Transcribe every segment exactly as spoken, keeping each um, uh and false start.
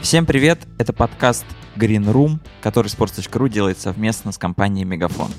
Всем привет! Это подкаст Green Room, который спортс точка ру делает совместно с компанией Мегафон.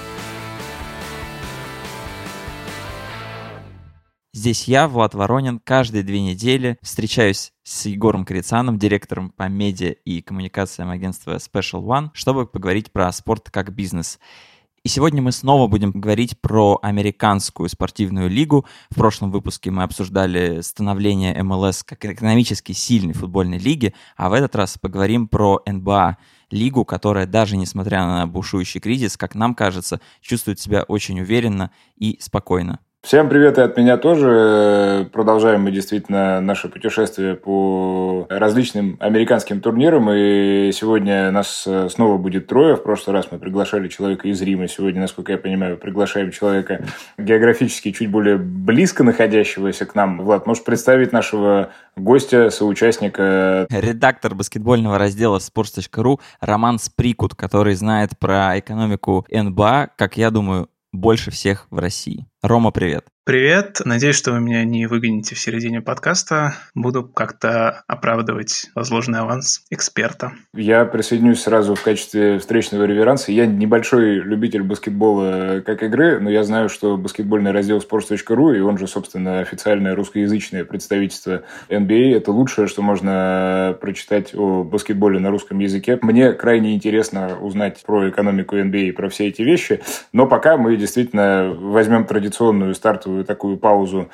Здесь я, Влад Воронин, каждые две недели встречаюсь с Егором Крицаном, директором по медиа и коммуникациям агентства Special One, чтобы поговорить про спорт как бизнес. И сегодня мы снова будем говорить про американскую спортивную лигу. В прошлом выпуске мы обсуждали становление эм эл эс как экономически сильной футбольной лиги, а в этот раз поговорим про эн бэ а, лигу, которая даже несмотря на бушующий кризис, как нам кажется, чувствует себя очень уверенно и спокойно. Всем привет и от меня тоже. Продолжаем мы действительно наше путешествие по различным американским турнирам. И сегодня нас снова будет трое. В прошлый раз мы приглашали человека из Рима. Сегодня, насколько я понимаю, приглашаем человека географически чуть более близко находящегося к нам. Влад, можешь представить нашего гостя, соучастника? Редактор баскетбольного раздела спортс точка ру Роман Сприкут, который знает про экономику эн бэ а, как я думаю, больше всех в России. Рома, привет. Привет. Надеюсь, что вы меня не выгоните в середине подкаста. Буду как-то оправдывать возложенный аванс эксперта. Я присоединюсь сразу в качестве встречного реверанса. Я небольшой любитель баскетбола как игры, но я знаю, что баскетбольный раздел спортс точка ру, и он же, собственно, официальное русскоязычное представительство эн би эй, это лучшее, что можно прочитать о баскетболе на русском языке. Мне крайне интересно узнать про экономику эн би эй, про все эти вещи, но пока мы действительно возьмем традиционную стартовую такую паузу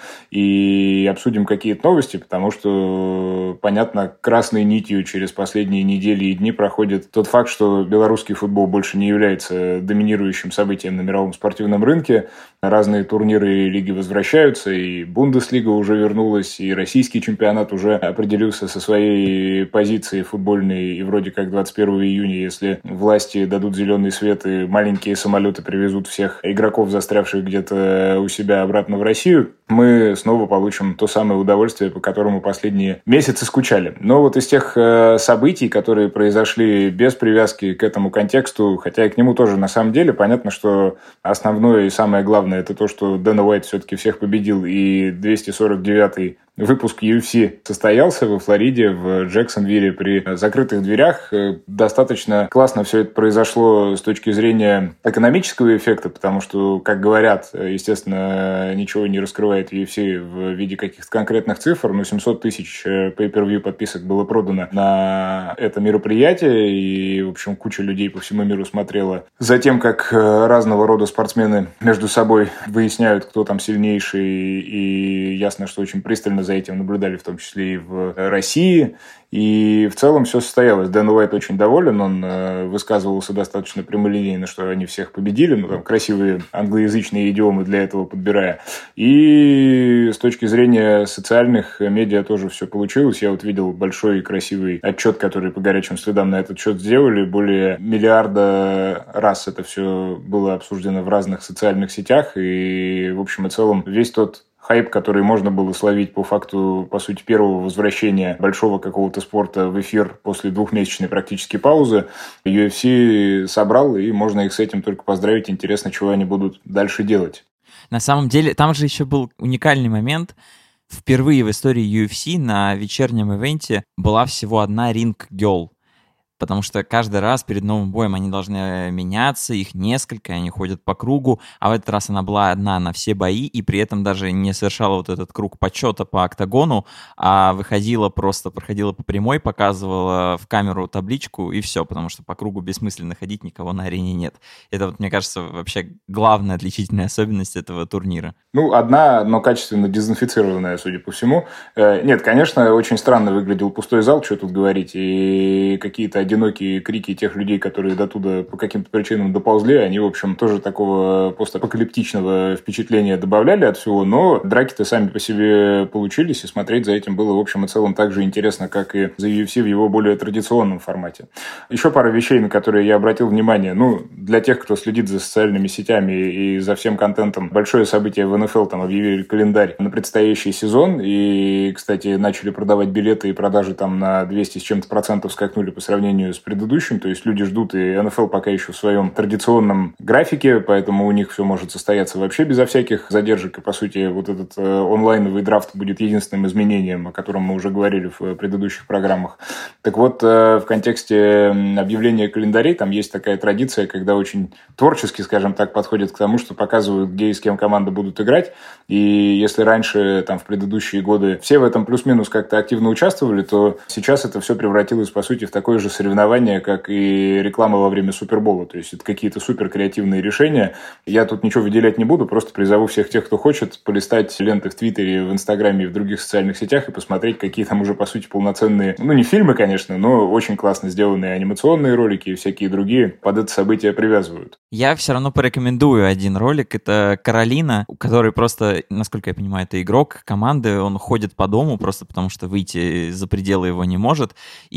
и обсудим какие-то новости, потому что, понятно, красной нитью через последние недели и дни проходит тот факт, что белорусский футбол больше не является доминирующим событием на мировом спортивном рынке. Разные турниры и лиги возвращаются, и Бундеслига уже вернулась, и российский чемпионат уже определился со своей позицией футбольной, и вроде как двадцать первого июня, если власти дадут зеленый свет и маленькие самолеты привезут всех игроков, застрявших где-то у себя обратно в Россию, мы снова получим то самое удовольствие, по которому последние месяцы скучали. Но вот из тех э, событий, которые произошли без привязки к этому контексту, хотя и к нему тоже на самом деле, понятно, что основное и самое главное это то, что Дэна Уайт все-таки всех победил, и двести сорок девятый выпуск ю эф си состоялся во Флориде, в Джексонвилле при закрытых дверях. Достаточно классно все это произошло с точки зрения экономического эффекта, потому что, как говорят, естественно, ничего не раскрывает ю эф си в виде каких-то конкретных цифр, но семьсот тысяч pay-per-view подписок было продано на это мероприятие, и, в общем, куча людей по всему миру смотрела за тем, как разного рода спортсмены между собой выясняют, кто там сильнейший, и ясно, что очень пристально за этим наблюдали, в том числе и в России. И в целом все состоялось. Дэн Уайт очень доволен, он э, высказывался достаточно прямолинейно, что они всех победили, ну, там, красивые англоязычные идиомы для этого подбирая. И с точки зрения социальных медиа тоже все получилось. Я вот видел большой и красивый отчет, который по горячим следам на этот счет сделали. Более миллиарда раз это все было обсуждено в разных социальных сетях. И, в общем и целом, весь тот хайп, который можно было словить по факту, по сути, первого возвращения большого какого-то спорта в эфир после двухмесячной практически паузы, ю эф си собрал, и можно их с этим только поздравить. Интересно, чего они будут дальше делать. На самом деле, там же еще был уникальный момент. Впервые в истории ю эф си на вечернем ивенте была всего одна ринг-герл. Потому что каждый раз перед новым боем они должны меняться, их несколько, они ходят по кругу, а в этот раз она была одна на все бои, и при этом даже не совершала вот этот круг почета по октагону, а выходила просто, проходила по прямой, показывала в камеру табличку, и все, потому что по кругу бессмысленно ходить, никого на арене нет. Это вот, мне кажется, вообще главная отличительная особенность этого турнира. Ну, одна, но качественно дезинфицированная, судя по всему. Нет, конечно, очень странно выглядел пустой зал, что тут говорить, и какие-то одинокие крики тех людей, которые до туда по каким-то причинам доползли, они, в общем, тоже такого постапокалиптичного впечатления добавляли от всего, но драки-то сами по себе получились, и смотреть за этим было, в общем и целом, так же интересно, как и за ю эф си в его более традиционном формате. Еще пара вещей, на которые я обратил внимание. Ну, для тех, кто следит за социальными сетями и за всем контентом, большое событие в эн эф эл, там объявили календарь на предстоящий сезон, и, кстати, начали продавать билеты, и продажи там на двести с чем-то процентов скакнули по сравнению сравнению с предыдущим, то есть люди ждут, и эн эф эл пока еще в своем традиционном графике, поэтому у них все может состояться вообще безо всяких задержек, и, по сути, вот этот э, онлайновый драфт будет единственным изменением, о котором мы уже говорили в предыдущих программах. Так вот, э, в контексте объявления календарей там есть такая традиция, когда очень творчески, скажем так, подходят к тому, что показывают, где и с кем команды будут играть, и если раньше, там, в предыдущие годы все в этом плюс-минус как-то активно участвовали, то сейчас это все превратилось, по сути, в такое же соревнование, как и реклама во время Супербола. То есть это какие-то супер креативные решения. Я тут ничего выделять не буду, просто призову всех тех, кто хочет, полистать ленты в Твиттере, в Инстаграме и в других социальных сетях и посмотреть, какие там уже, по сути, полноценные, ну, не фильмы, конечно, но очень классно сделанные анимационные ролики и всякие другие под это событие привязывают. Я все равно порекомендую один ролик. Это Каролина, у которой просто, насколько я понимаю, это игрок команды, он ходит по дому просто потому, что выйти за пределы его не может.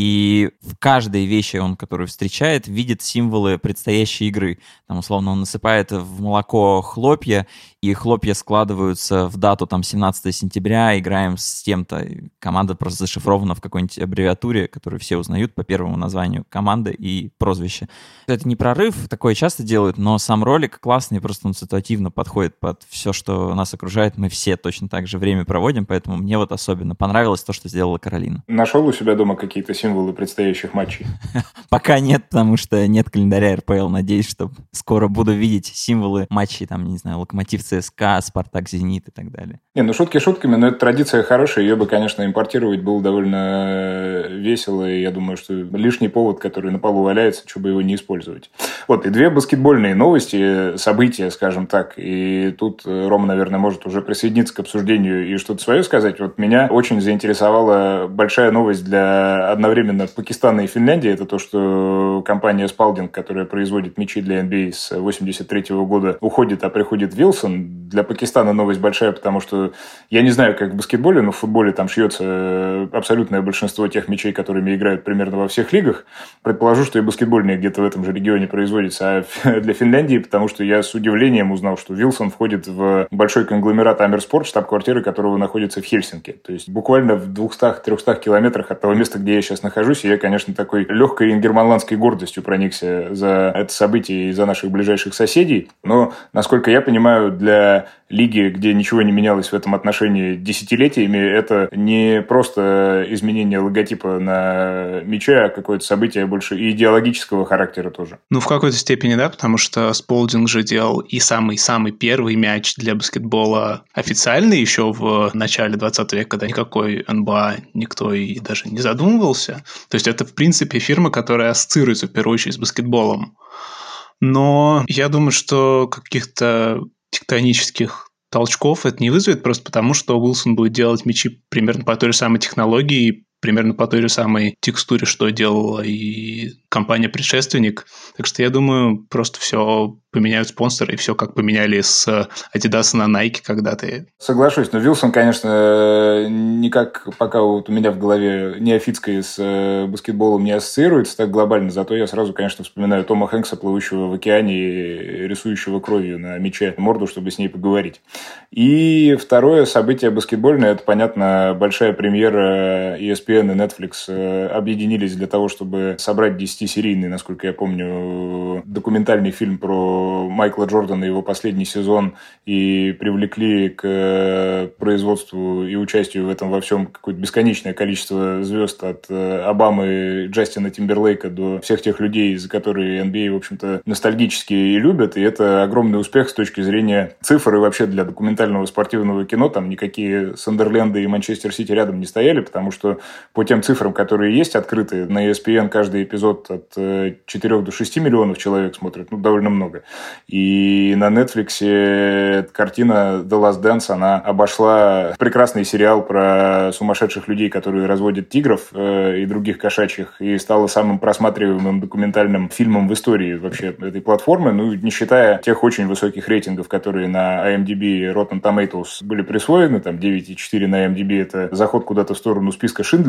И в каждой вещи, он, которую встречает, видит символы предстоящей игры. Там, условно, он насыпает в молоко хлопья, и хлопья складываются в дату там семнадцатого сентября, играем с тем-то. Команда просто зашифрована в какой-нибудь аббревиатуре, которую все узнают по первому названию команды и прозвище. Это не прорыв, такое часто делают, но сам ролик классный, просто он ситуативно подходит под все, что нас окружает. Мы все точно так же время проводим, поэтому мне вот особенно понравилось то, что сделала Каролина. Нашел у себя дома какие-то символы предстоящих матчей? Пока нет, потому что нет календаря эр пэ эл. Надеюсь, что скоро буду видеть символы матчей, там, не знаю, Локомотив ЦСКА, Спартак Зенит и так далее. Не, ну шутки шутками, но эта традиция хорошая, ее бы, конечно, импортировать было довольно весело, и я думаю, что лишний повод, который на полу валяется, что бы его не использовать. Вот, и две баскетбольные новости, события, скажем так, и тут Рома, наверное, может уже присоединиться к обсуждению и что-то свое сказать. Вот меня очень заинтересовала большая новость для одновременно Пакистана и Финляндии, это то, что компания Spalding, которая производит мячи для эн би эй с восемьдесят третьего года, уходит, а приходит Вилсон. Для Пакистана новость большая, потому что я не знаю, как в баскетболе, но в футболе там шьется абсолютное большинство тех мячей, которыми играют примерно во всех лигах. Предположу, что и баскетбольные где-то в этом же регионе производятся. А для Финляндии, потому что я с удивлением узнал, что Вилсон входит в большой конгломерат Амерспорт, штаб-квартира которого находится в Хельсинки. То есть буквально в двухстах-трехстах километрах от того места, где я сейчас нахожусь. И я, конечно, такой легкой ингерманландской гордостью проникся за это событие и за наших ближайших соседей. Но, насколько я понимаю, для лиги, где ничего не менялось в этом отношении десятилетиями, это не просто изменение логотипа на мяче, а какое-то событие больше и идеологического характера тоже. Ну, в какой-то степени, да, потому что Сполдинг же делал и самый-самый первый мяч для баскетбола официальный еще в начале двадцатого века, когда никакой эн бэ а никто и даже не задумывался. То есть это, в принципе, фирма, которая ассоциируется в первую очередь с баскетболом. Но я думаю, что каких-то тектонических толчков это не вызовет, просто потому, что Уилсон будет делать мячи примерно по той же самой технологии, примерно по той же самой текстуре, что делала и компания-предшественник. Так что я думаю, просто все поменяют спонсоры, и все как поменяли с Adidas на Nike когда-то. Соглашусь, но Вилсон, конечно, никак пока вот у меня в голове неофитской с баскетболом не ассоциируется так глобально, зато я сразу, конечно, вспоминаю Тома Хэнкса, плывущего в океане и рисующего кровью на мяче морду, чтобы с ней поговорить. И второе событие баскетбольное, это, понятно, большая премьера и эс пи эн и Netflix объединились для того, чтобы собрать десятисерийный, насколько я помню, документальный фильм про Майкла Джордана и его последний сезон, и привлекли к производству и участию в этом во всем какое-то бесконечное количество звезд от Обамы, Джастина Тимберлейка до всех тех людей, за которые эн би эй, в общем-то, ностальгически и любят, и это огромный успех с точки зрения цифр и вообще для документального спортивного кино. Там никакие Сандерленды и Манчестер Сити рядом не стояли, потому что по тем цифрам, которые есть открыты, на и эс пи эн каждый эпизод от четырёх до шести миллионов человек смотрят, ну, довольно много. И на Netflix картина The Last Dance, она обошла прекрасный сериал про сумасшедших людей, которые разводят тигров э, и других кошачьих, и стала самым просматриваемым документальным фильмом в истории вообще этой платформы, ну, не считая тех очень высоких рейтингов, которые на ай эм ди би и Rotten Tomatoes были присвоены, там девять и четыре на ай эм ди би, это заход куда-то в сторону списка Шиндлера,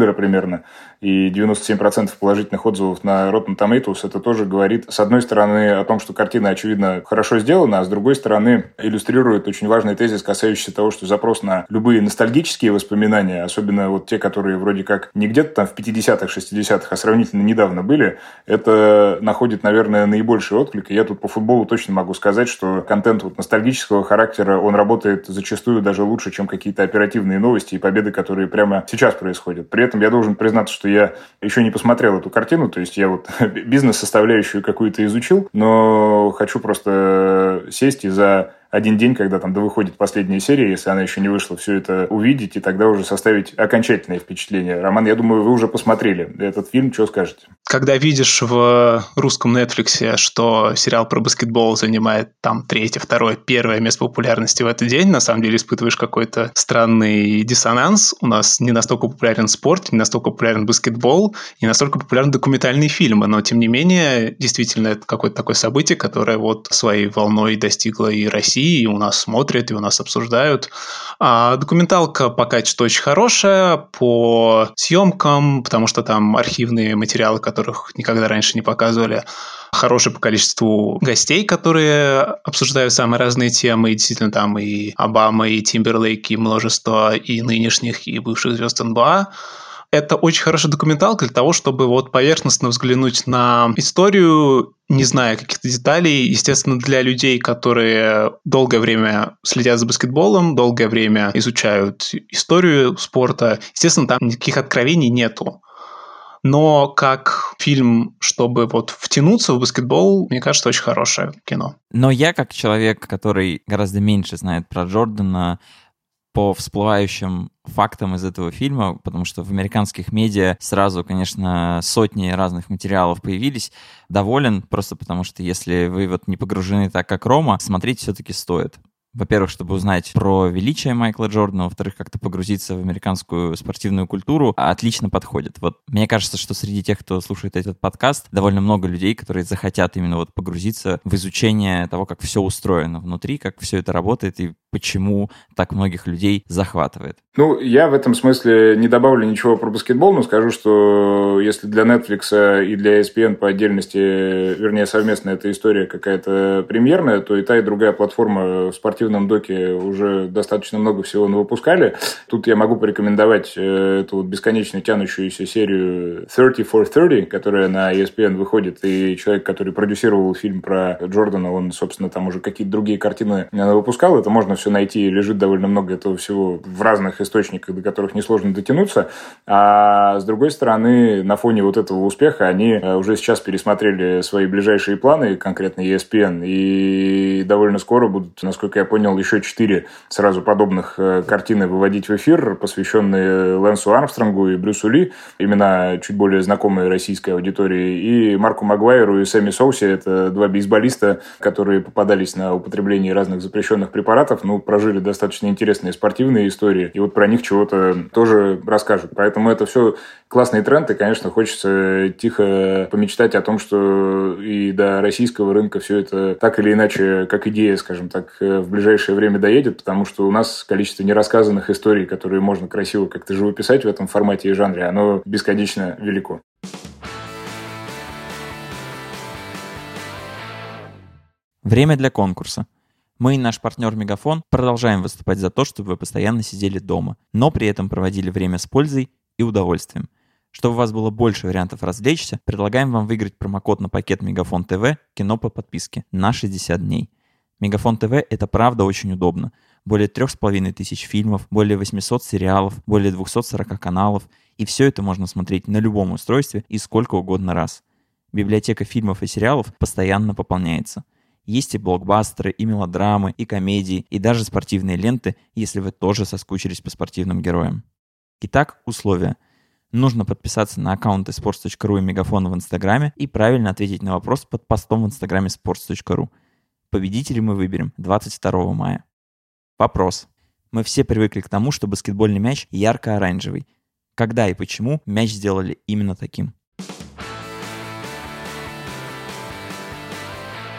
Шиндлера примерно, и девяносто семь процентов положительных отзывов на Rotten Tomatoes, это тоже говорит, с одной стороны, о том, что картина, очевидно, хорошо сделана, а с другой стороны, иллюстрирует очень важный тезис, касающийся того, что запрос на любые ностальгические воспоминания, особенно вот те, которые вроде как не где-то там в пятидесятых, шестидесятых, а сравнительно недавно были, это находит, наверное, наибольший отклик. И я тут по футболу точно могу сказать, что контент вот ностальгического характера, он работает зачастую даже лучше, чем какие-то оперативные новости и победы, которые прямо сейчас происходят. При этом я должен признаться, что я еще не посмотрел эту картину, то есть я вот бизнес-составляющую какую-то изучил, но хочу просто сесть и за один день, когда там выходит последняя серия, если она еще не вышла, все это увидеть и тогда уже составить окончательное впечатление. Роман, я думаю, вы уже посмотрели этот фильм, что скажете? Когда видишь в русском Netflix, что сериал про баскетбол занимает там третье, второе, первое место популярности в этот день, на самом деле испытываешь какой-то странный диссонанс. У нас не настолько популярен спорт, не настолько популярен баскетбол, не настолько популярны документальные фильмы, но тем не менее, действительно, это какое-то такое событие, которое вот своей волной достигло и России, и у нас смотрят, и у нас обсуждают. А документалка по качеству очень хорошая, по съемкам, потому что там архивные материалы, которых никогда раньше не показывали. Хороший по количеству гостей, которые обсуждают самые разные темы. И действительно там и Обама, и Тимберлейк, и множество и нынешних, и бывших звезд эн бэ а. Это очень хорошая документалка для того, чтобы вот поверхностно взглянуть на историю, не зная каких-то деталей. Естественно, для людей, которые долгое время следят за баскетболом, долгое время изучают историю спорта, естественно, там никаких откровений нету. Но как фильм, чтобы вот втянуться в баскетбол, мне кажется, очень хорошее кино. Но я, как человек, который гораздо меньше знает про Джордана, по всплывающим фактам из этого фильма, потому что в американских медиа сразу, конечно, сотни разных материалов появились, доволен, просто потому что если вы вот не погружены так, как Рома, смотреть все-таки стоит. Во-первых, чтобы узнать про величие Майкла Джордана, во-вторых, как-то погрузиться в американскую спортивную культуру, отлично подходит. Вот мне кажется, что среди тех, кто слушает этот подкаст, довольно много людей, которые захотят именно вот погрузиться в изучение того, как все устроено внутри, как все это работает и почему так многих людей захватывает. Ну, я в этом смысле не добавлю ничего про баскетбол, но скажу, что если для Netflix и для и эс пи эн по отдельности, вернее, совместно эта история какая-то премьерная, то и та, и другая платформа в спортивном доке уже достаточно много всего выпускали. Тут я могу порекомендовать эту вот бесконечно тянущуюся серию тридцать for тридцать, которая на и эс пи эн выходит, и человек, который продюсировал фильм про Джордана, он, собственно, там уже какие-то другие картины выпускал, это можно все найти, лежит довольно много этого всего в разных источниках, до которых несложно дотянуться. А с другой стороны, на фоне вот этого успеха они уже сейчас пересмотрели свои ближайшие планы, конкретно и эс пи эн, и довольно скоро будут, насколько я понял, еще четыре сразу подобных картины выводить в эфир, посвященные Лэнсу Армстронгу и Брюсу Ли, имена чуть более знакомые российской аудитории, и Марку Магуайру и Сэмми Соуси. Это два бейсболиста, которые попадались на употребление разных запрещенных препаратов, ну, прожили достаточно интересные спортивные истории, и вот про них чего-то тоже расскажут. Поэтому это все классный тренд, и, конечно, хочется тихо помечтать о том, что и до российского рынка все это так или иначе, как идея, скажем так, в ближайшее время доедет, потому что у нас количество нерассказанных историй, которые можно красиво как-то живописать в этом формате и жанре, оно бесконечно велико. Время для конкурса. Мы и наш партнер Мегафон продолжаем выступать за то, чтобы вы постоянно сидели дома, но при этом проводили время с пользой и удовольствием. Чтобы у вас было больше вариантов развлечься, предлагаем вам выиграть промокод на пакет Мегафон ТВ «Кино по подписке» на шестьдесят дней. Мегафон ТВ — это правда очень удобно. Более трех с половиной тысяч фильмов, более восемьсот сериалов, более двести сорок каналов, и все это можно смотреть на любом устройстве и сколько угодно раз. Библиотека фильмов и сериалов постоянно пополняется. Есть и блокбастеры, и мелодрамы, и комедии, и даже спортивные ленты, если вы тоже соскучились по спортивным героям. Итак, условия. Нужно подписаться на аккаунты sports точка ru и Мегафона в Инстаграме и правильно ответить на вопрос под постом в Инстаграме sports точка ru. Победителей мы выберем двадцать второго мая. Вопрос. Мы все привыкли к тому, что баскетбольный мяч ярко-оранжевый. Когда и почему мяч сделали именно таким?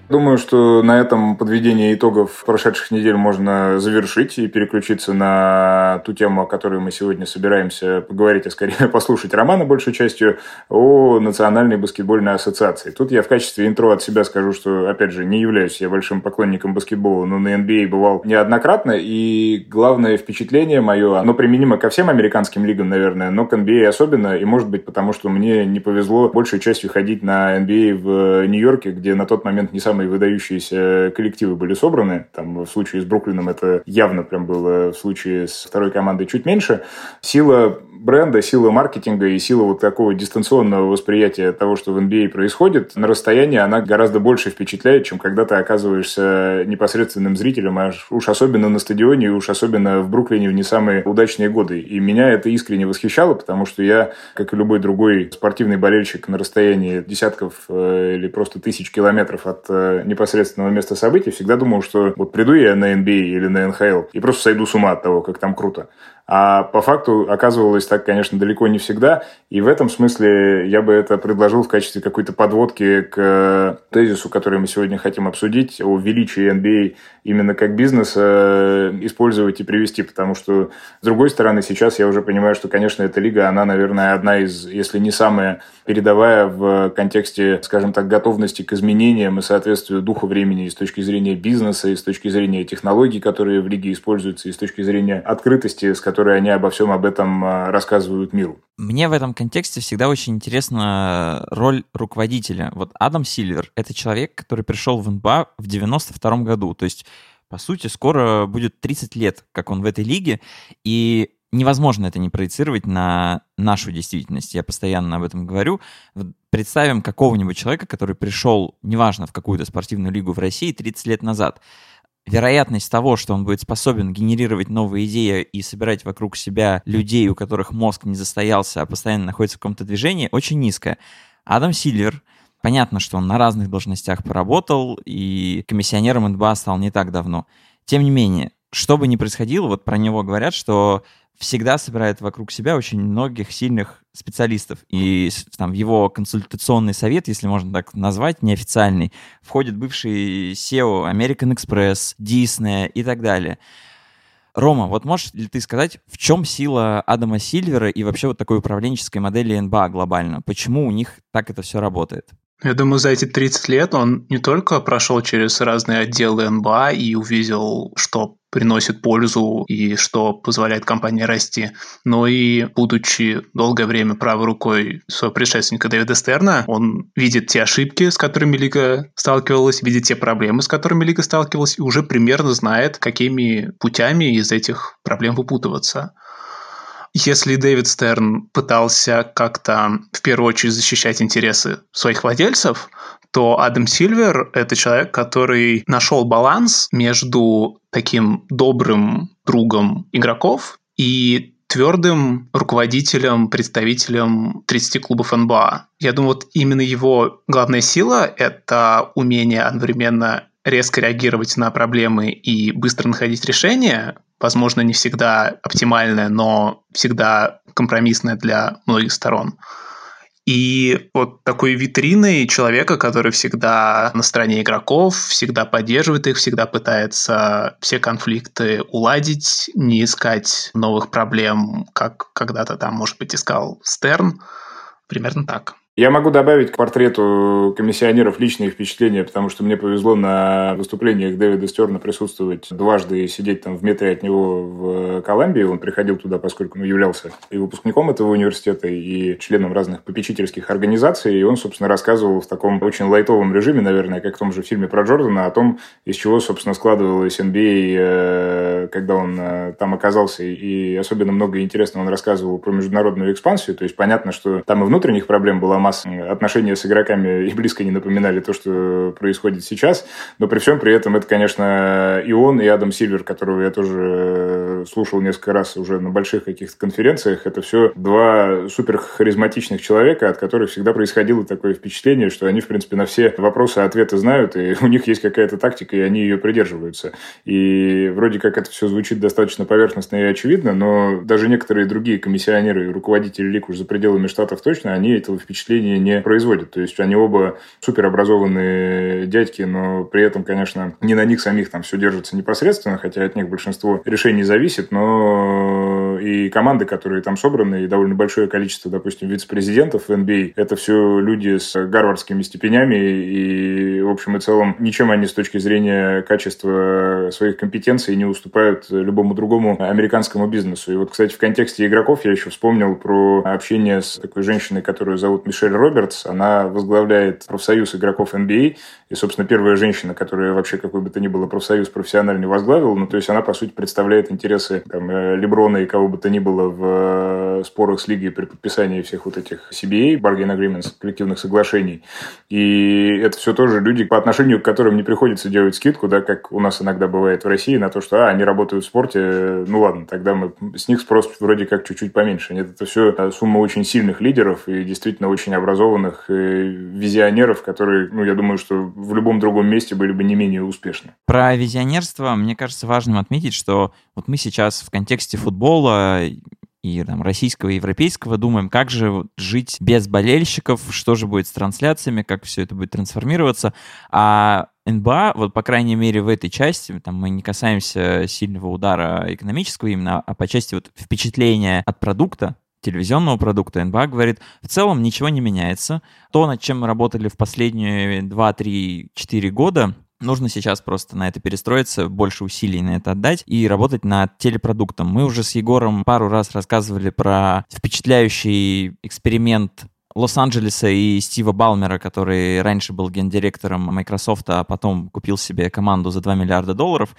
Думаю, что на этом подведение итогов прошедших недель можно завершить и переключиться на ту тему, о которой мы сегодня собираемся поговорить, а скорее послушать Романа большей частью, о Национальной баскетбольной ассоциации. Тут я в качестве интро от себя скажу, что, опять же, не являюсь я большим поклонником баскетбола, но на эн би эй бывал неоднократно, и главное впечатление мое, оно применимо ко всем американским лигам, наверное, но к эн би эй особенно, и может быть потому, что мне не повезло большей частью ходить на эн би эй в Нью-Йорке, где на тот момент не самые выдающиеся коллективы были собраны. Там в случае с Бруклином это явно прям было, в случае с второй командой чуть меньше. Сила бренда, сила маркетинга и сила вот такого дистанционного восприятия того, что в эн би эй происходит, на расстоянии она гораздо больше впечатляет, чем когда ты оказываешься непосредственным зрителем, а уж особенно на стадионе, и уж особенно в Бруклине в не самые удачные годы. И меня это искренне восхищало, потому что я, как и любой другой спортивный болельщик на расстоянии десятков э, или просто тысяч километров от э, непосредственного места событий, всегда думал, что вот приду я на эн би эй или на эн эйч эл и просто сойду с ума от того, как там круто. А по факту оказывалось так, конечно, далеко не всегда. И в этом смысле я бы это предложил в качестве какой-то подводки к тезису, который мы сегодня хотим обсудить, о величии эн би эй именно как бизнеса использовать и привести. Потому что, с другой стороны, сейчас я уже понимаю, что, конечно, эта лига, она, наверное, одна из, если не самая передовая в контексте, скажем так, готовности к изменениям и соответствию духу времени и с точки зрения бизнеса, и с точки зрения технологий, которые в лиге используются, и с точки зрения открытости, с которой которые они обо всем об этом рассказывают миру. Мне в этом контексте всегда очень интересна роль руководителя. Вот Адам Сильвер — это человек, который пришел в эн би эй в девяносто втором году. То есть, по сути, скоро будет тридцать лет, как он в этой лиге, и невозможно это не проецировать на нашу действительность. Я постоянно об этом говорю. Представим какого-нибудь человека, который пришел, неважно, в какую-то спортивную лигу в России тридцать лет назад. Вероятность того, что он будет способен генерировать новые идеи и собирать вокруг себя людей, у которых мозг не застоялся, а постоянно находится в каком-то движении, очень низкая. Адам Сильвер, понятно, что он на разных должностях поработал, и комиссионером эн би эй стал не так давно. Тем не менее, что бы ни происходило, вот про него говорят, что всегда собирает вокруг себя очень многих сильных специалистов. И там, в его консультационный совет, если можно так назвать, неофициальный, входит бывший си и о American Express, Disney и так далее. Рома, вот можешь ли ты сказать, в чем сила Адама Сильвера и вообще вот такой управленческой модели эн би эй глобально? Почему у них так это все работает? Я думаю, за эти тридцать лет он не только прошел через разные отделы эн би эй и увидел, что приносит пользу и что позволяет компании расти, но и, будучи долгое время правой рукой своего предшественника Дэвида Стерна, он видит те ошибки, с которыми лига сталкивалась, видит те проблемы, с которыми лига сталкивалась, и уже примерно знает, какими путями из этих проблем выпутываться. Если Дэвид Стерн пытался как-то в первую очередь защищать интересы своих владельцев, то Адам Сильвер — это человек, который нашел баланс между таким добрым другом игроков и твердым руководителем, представителем тридцати клубов эн би эй. Я думаю, вот именно его главная сила — это умение одновременно резко реагировать на проблемы и быстро находить решения, возможно, не всегда оптимальное, но всегда компромиссное для многих сторон. И вот такой витриной человека, который всегда на стороне игроков, всегда поддерживает их, всегда пытается все конфликты уладить, не искать новых проблем, как когда-то там, может быть, искал Стерн. Примерно так. Я могу добавить к портрету комиссионеров личные впечатления, потому что мне повезло на выступлениях Дэвида Стерна присутствовать дважды и сидеть там в метре от него в Колумбии. Он приходил туда, поскольку являлся и выпускником этого университета, и членом разных попечительских организаций. И он, собственно, рассказывал в таком очень лайтовом режиме, наверное, как в том же фильме про Джордана, о том, из чего, собственно, складывалась эн би эй, когда он там оказался. И особенно много интересного он рассказывал про международную экспансию. То есть понятно, что там и внутренних проблем была масса. Отношения с игроками и близко не напоминали то, что происходит сейчас. Но при всем при этом это, конечно, и он, и Адам Сильвер, которого я тоже слушал несколько раз уже на больших каких-то конференциях, это все два супер харизматичных человека, от которых всегда происходило такое впечатление, что они, в принципе, на все вопросы ответы знают, и у них есть какая-то тактика, и они ее придерживаются. И вроде как это все звучит достаточно поверхностно и очевидно, но даже некоторые другие комиссионеры и руководители лиг уж за пределами штатов точно, они этого впечатления не производят. То есть они оба суперобразованные дядьки, но при этом, конечно, не на них самих там все держится непосредственно, хотя от них большинство решений зависит, но и команды, которые там собраны, и довольно большое количество, допустим, вице-президентов в эн би эй, это все люди с гарвардскими степенями, и в общем и целом ничем они с точки зрения качества своих компетенций не уступают любому другому американскому бизнесу. И вот, кстати, в контексте игроков я еще вспомнил про общение с такой женщиной, которую зовут Мишель Робертс. Она возглавляет профсоюз игроков эн би эй, и, собственно, первая женщина, которая вообще какой бы то ни было профсоюз профессиональный возглавила. Ну, то есть она, по сути, представляет интересы там, Леброна и кого бы то ни было в спорах с лигой при подписании всех вот этих си би эй, bargain agreements, коллективных соглашений. И это все тоже люди, по отношению к которым не приходится делать скидку, да, как у нас иногда бывает в России, на то, что а, они работают в спорте, ну ладно, тогда мы с них спрос вроде как чуть-чуть поменьше. Нет, это все сумма очень сильных лидеров и действительно очень образованных визионеров, которые, ну, я думаю, что в любом другом месте были бы не менее успешны. Про визионерство, мне кажется, важным отметить, что вот мы сейчас в контексте футбола и там, российского и европейского думаем, как же жить без болельщиков, что же будет с трансляциями, как все это будет трансформироваться. А эн би эй, вот по крайней мере в этой части, там мы не касаемся сильного удара экономического именно, а по части вот впечатления от продукта, телевизионного продукта, эн би эй говорит, в целом ничего не меняется. То, над чем мы работали в последние два, три, четыре года, нужно сейчас просто на это перестроиться, больше усилий на это отдать и работать над телепродуктом. Мы уже с Егором пару раз рассказывали про впечатляющий эксперимент Лос-Анджелеса и Стива Балмера, который раньше был гендиректором Microsoft, а потом купил себе команду за два миллиарда долларов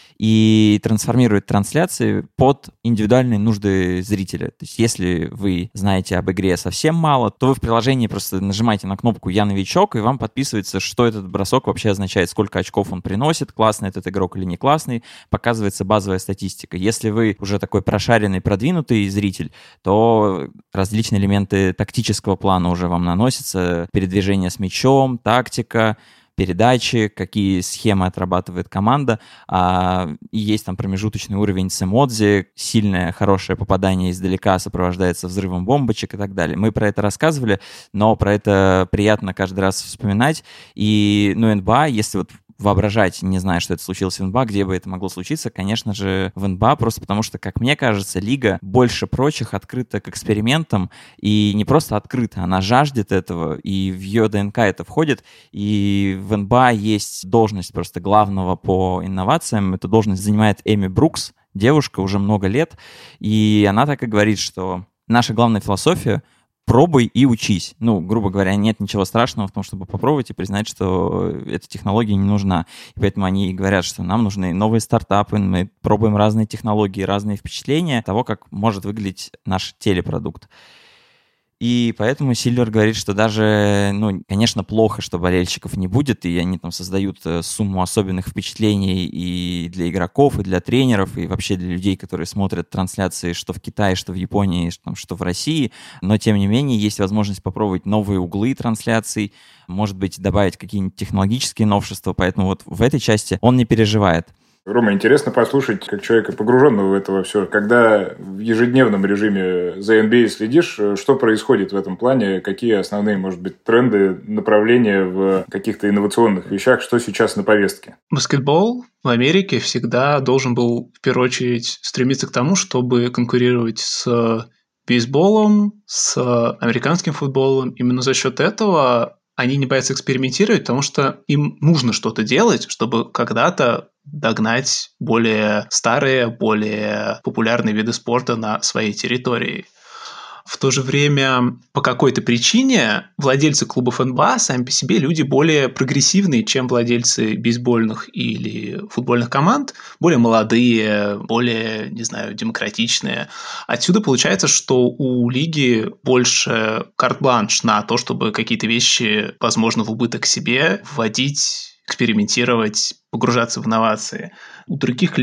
и трансформирует трансляции под индивидуальные нужды зрителя. То есть если вы знаете об игре совсем мало, то вы в приложении просто нажимаете на кнопку «Я новичок», и вам подписывается, что этот бросок вообще означает, сколько очков он приносит, классный этот игрок или не классный, показывается базовая статистика. Если вы уже такой прошаренный, продвинутый зритель, то различные элементы тактического плана уже вам наносятся, передвижение с мячом, тактика, передачи, какие схемы отрабатывает команда, а, и есть там промежуточный уровень с эмодзи, сильное, хорошее попадание издалека сопровождается взрывом бомбочек и так далее. Мы про это рассказывали, но про это приятно каждый раз вспоминать, и, ну, эн би эй, если вот воображать, не зная, что это случилось в эн би эй, где бы это могло случиться, конечно же, в эн би эй, просто потому что, как мне кажется, лига больше прочих открыта к экспериментам, и не просто открыта, она жаждет этого, и в ее ДНК это входит, и в эн би эй есть должность просто главного по инновациям, эту должность занимает Эми Брукс, девушка уже много лет, и она так и говорит, что наша главная философия — пробуй и учись. Ну, грубо говоря, нет ничего страшного в том, чтобы попробовать и признать, что эта технология не нужна. И поэтому они говорят, что нам нужны новые стартапы, мы пробуем разные технологии, разные впечатления того, как может выглядеть наш телепродукт. И поэтому Сильвер говорит, что даже, ну, конечно, плохо, что болельщиков не будет, и они там создают сумму особенных впечатлений и для игроков, и для тренеров, и вообще для людей, которые смотрят трансляции что в Китае, что в Японии, что в России. Но, тем не менее, есть возможность попробовать новые углы трансляций, может быть, добавить какие-нибудь технологические новшества, поэтому вот в этой части он не переживает. Рома, интересно послушать, как человека, погруженного в это все. Когда в ежедневном режиме за эн би эй следишь, что происходит в этом плане, какие основные, может быть, тренды, направления в каких-то инновационных вещах, что сейчас на повестке? Баскетбол в Америке всегда должен был, в первую очередь, стремиться к тому, чтобы конкурировать с бейсболом, с американским футболом. Именно за счет этого они не боятся экспериментировать, потому что им нужно что-то делать, чтобы когда-то догнать более старые, более популярные виды спорта на своей территории. В то же время, по какой-то причине, владельцы клубов эн би эй сами по себе люди более прогрессивные, чем владельцы бейсбольных или футбольных команд, более молодые, более, не знаю, демократичные. Отсюда получается, что у лиги больше карт-бланш на то, чтобы какие-то вещи, возможно, в убыток себе вводить, экспериментировать, погружаться в инновации. У других лиг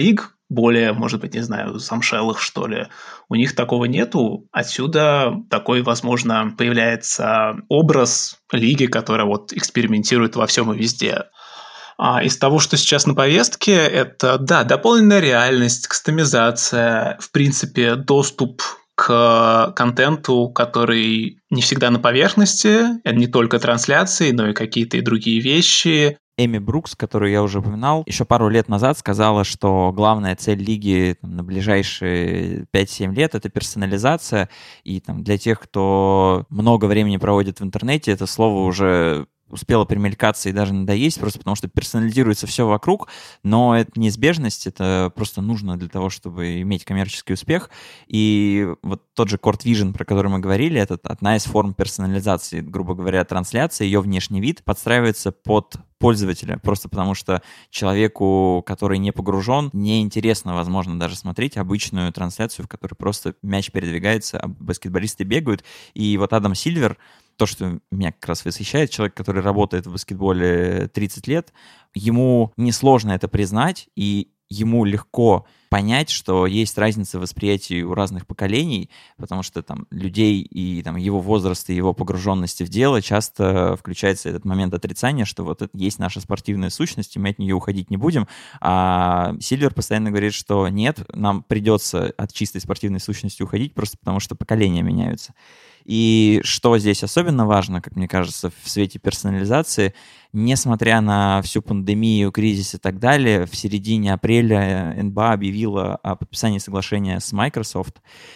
более, может быть, не знаю, замшелых, что ли. У них такого нету. Отсюда такой, возможно, появляется образ лиги, которая вот экспериментирует во всем и везде. А из того, что сейчас на повестке, это, да, дополненная реальность, кастомизация, в принципе, доступ к контенту, который не всегда на поверхности, это не только трансляции, но и какие-то и другие вещи. Эми Брукс, которую я уже упоминал, еще пару лет назад сказала, что главная цель лиги там, на ближайшие пять-семь лет — это персонализация, и там, для тех, кто много времени проводит в интернете, это слово уже успело примелькаться и даже надоесть, просто потому что персонализируется все вокруг, но это неизбежность, это просто нужно для того, чтобы иметь коммерческий успех. И вот тот же Court Vision, про который мы говорили, это одна из форм персонализации, грубо говоря, трансляция, ее внешний вид подстраивается под пользователя, просто потому что человеку, который не погружен, неинтересно, возможно, даже смотреть обычную трансляцию, в которой просто мяч передвигается, а баскетболисты бегают. И вот Адам Сильвер, то, что меня как раз восхищает, человек, который работает в баскетболе тридцать лет, ему несложно это признать, и ему легко понять, что есть разница в восприятии у разных поколений, потому что там людей и там, его возраста, и его погруженности в дело часто включается этот момент отрицания, что вот это есть наша спортивная сущность, и мы от нее уходить не будем. А Сильвер постоянно говорит, что нет, нам придется от чистой спортивной сущности уходить, просто потому что поколения меняются. И что здесь особенно важно, как мне кажется, в свете персонализации, несмотря на всю пандемию, кризис и так далее, в середине апреля эн би эй объявила о подписании соглашения с Microsoft.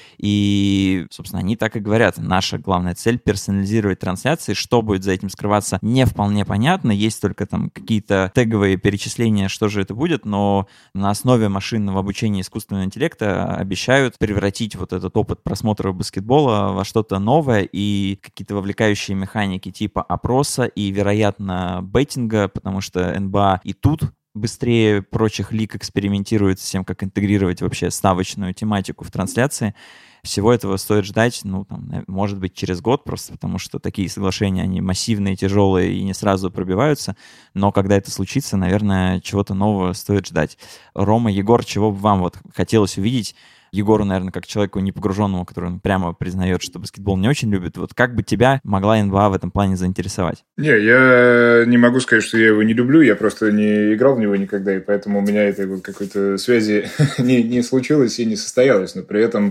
И, собственно, они так и говорят. Наша главная цель — персонализировать трансляции. Что будет за этим скрываться, не вполне понятно. Есть только там какие-то теговые перечисления, что же это будет, но на основе машинного обучения искусственного интеллекта обещают превратить вот этот опыт просмотра баскетбола во что-то новое и какие-то вовлекающие механики типа опроса и, вероятно, беттинга, потому что эн би эй и тут быстрее прочих лиг экспериментирует с тем, как интегрировать вообще ставочную тематику в трансляции. Всего этого стоит ждать, ну, там, может быть, через год, просто потому что такие соглашения, они массивные, тяжелые и не сразу пробиваются, но когда это случится, наверное, чего-то нового стоит ждать. Рома, Егор, чего бы вам вот хотелось увидеть? Егору, наверное, как человеку непогруженному, который он прямо признает, что баскетбол не очень любит. Вот как бы тебя могла эн би эй в этом плане заинтересовать? Не, я не могу сказать, что я его не люблю, я просто не играл в него никогда, и поэтому у меня этой вот какой-то связи не, не случилось и не состоялось. Но при этом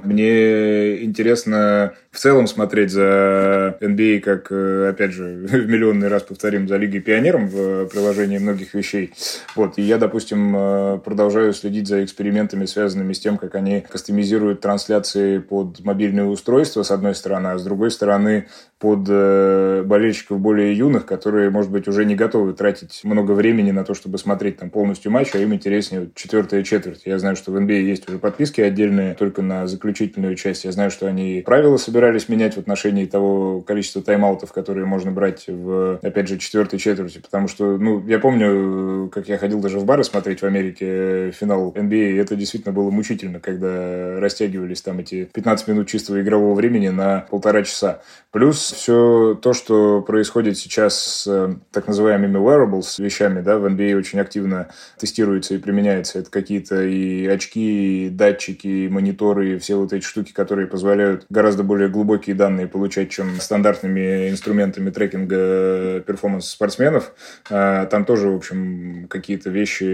мне интересно в целом смотреть за эн би эй, как, опять же, в миллионный раз повторим, за Лигой Пионером в приложении многих вещей. Вот, и я, допустим, продолжаю следить за экспериментами, связанными с тем, как они кастомизируют трансляции под мобильные устройства, с одной стороны, а с другой стороны, под э, болельщиков более юных, которые, может быть, уже не готовы тратить много времени на то, чтобы смотреть там полностью матч, а им интереснее четвертая четверть. Я знаю, что в эн би эй есть уже подписки отдельные только на заключительную часть. Я знаю, что они правила собирались менять в отношении того количества тайм-аутов, которые можно брать в, опять же, четвертой четверти, потому что, ну, я помню, как я ходил даже в бары смотреть в Америке финал эн би эй, это действительно было мучительно, когда растягивались там эти пятнадцать минут чистого игрового времени на полтора часа. Плюс все то, что происходит сейчас с так называемыми wearables, вещами, да, в эн би эй очень активно тестируется и применяется. Это какие-то и очки, и датчики, и мониторы, и все вот эти штуки, которые позволяют гораздо более глубокие данные получать, чем стандартными инструментами трекинга перформанса спортсменов. Там тоже, в общем, какие-то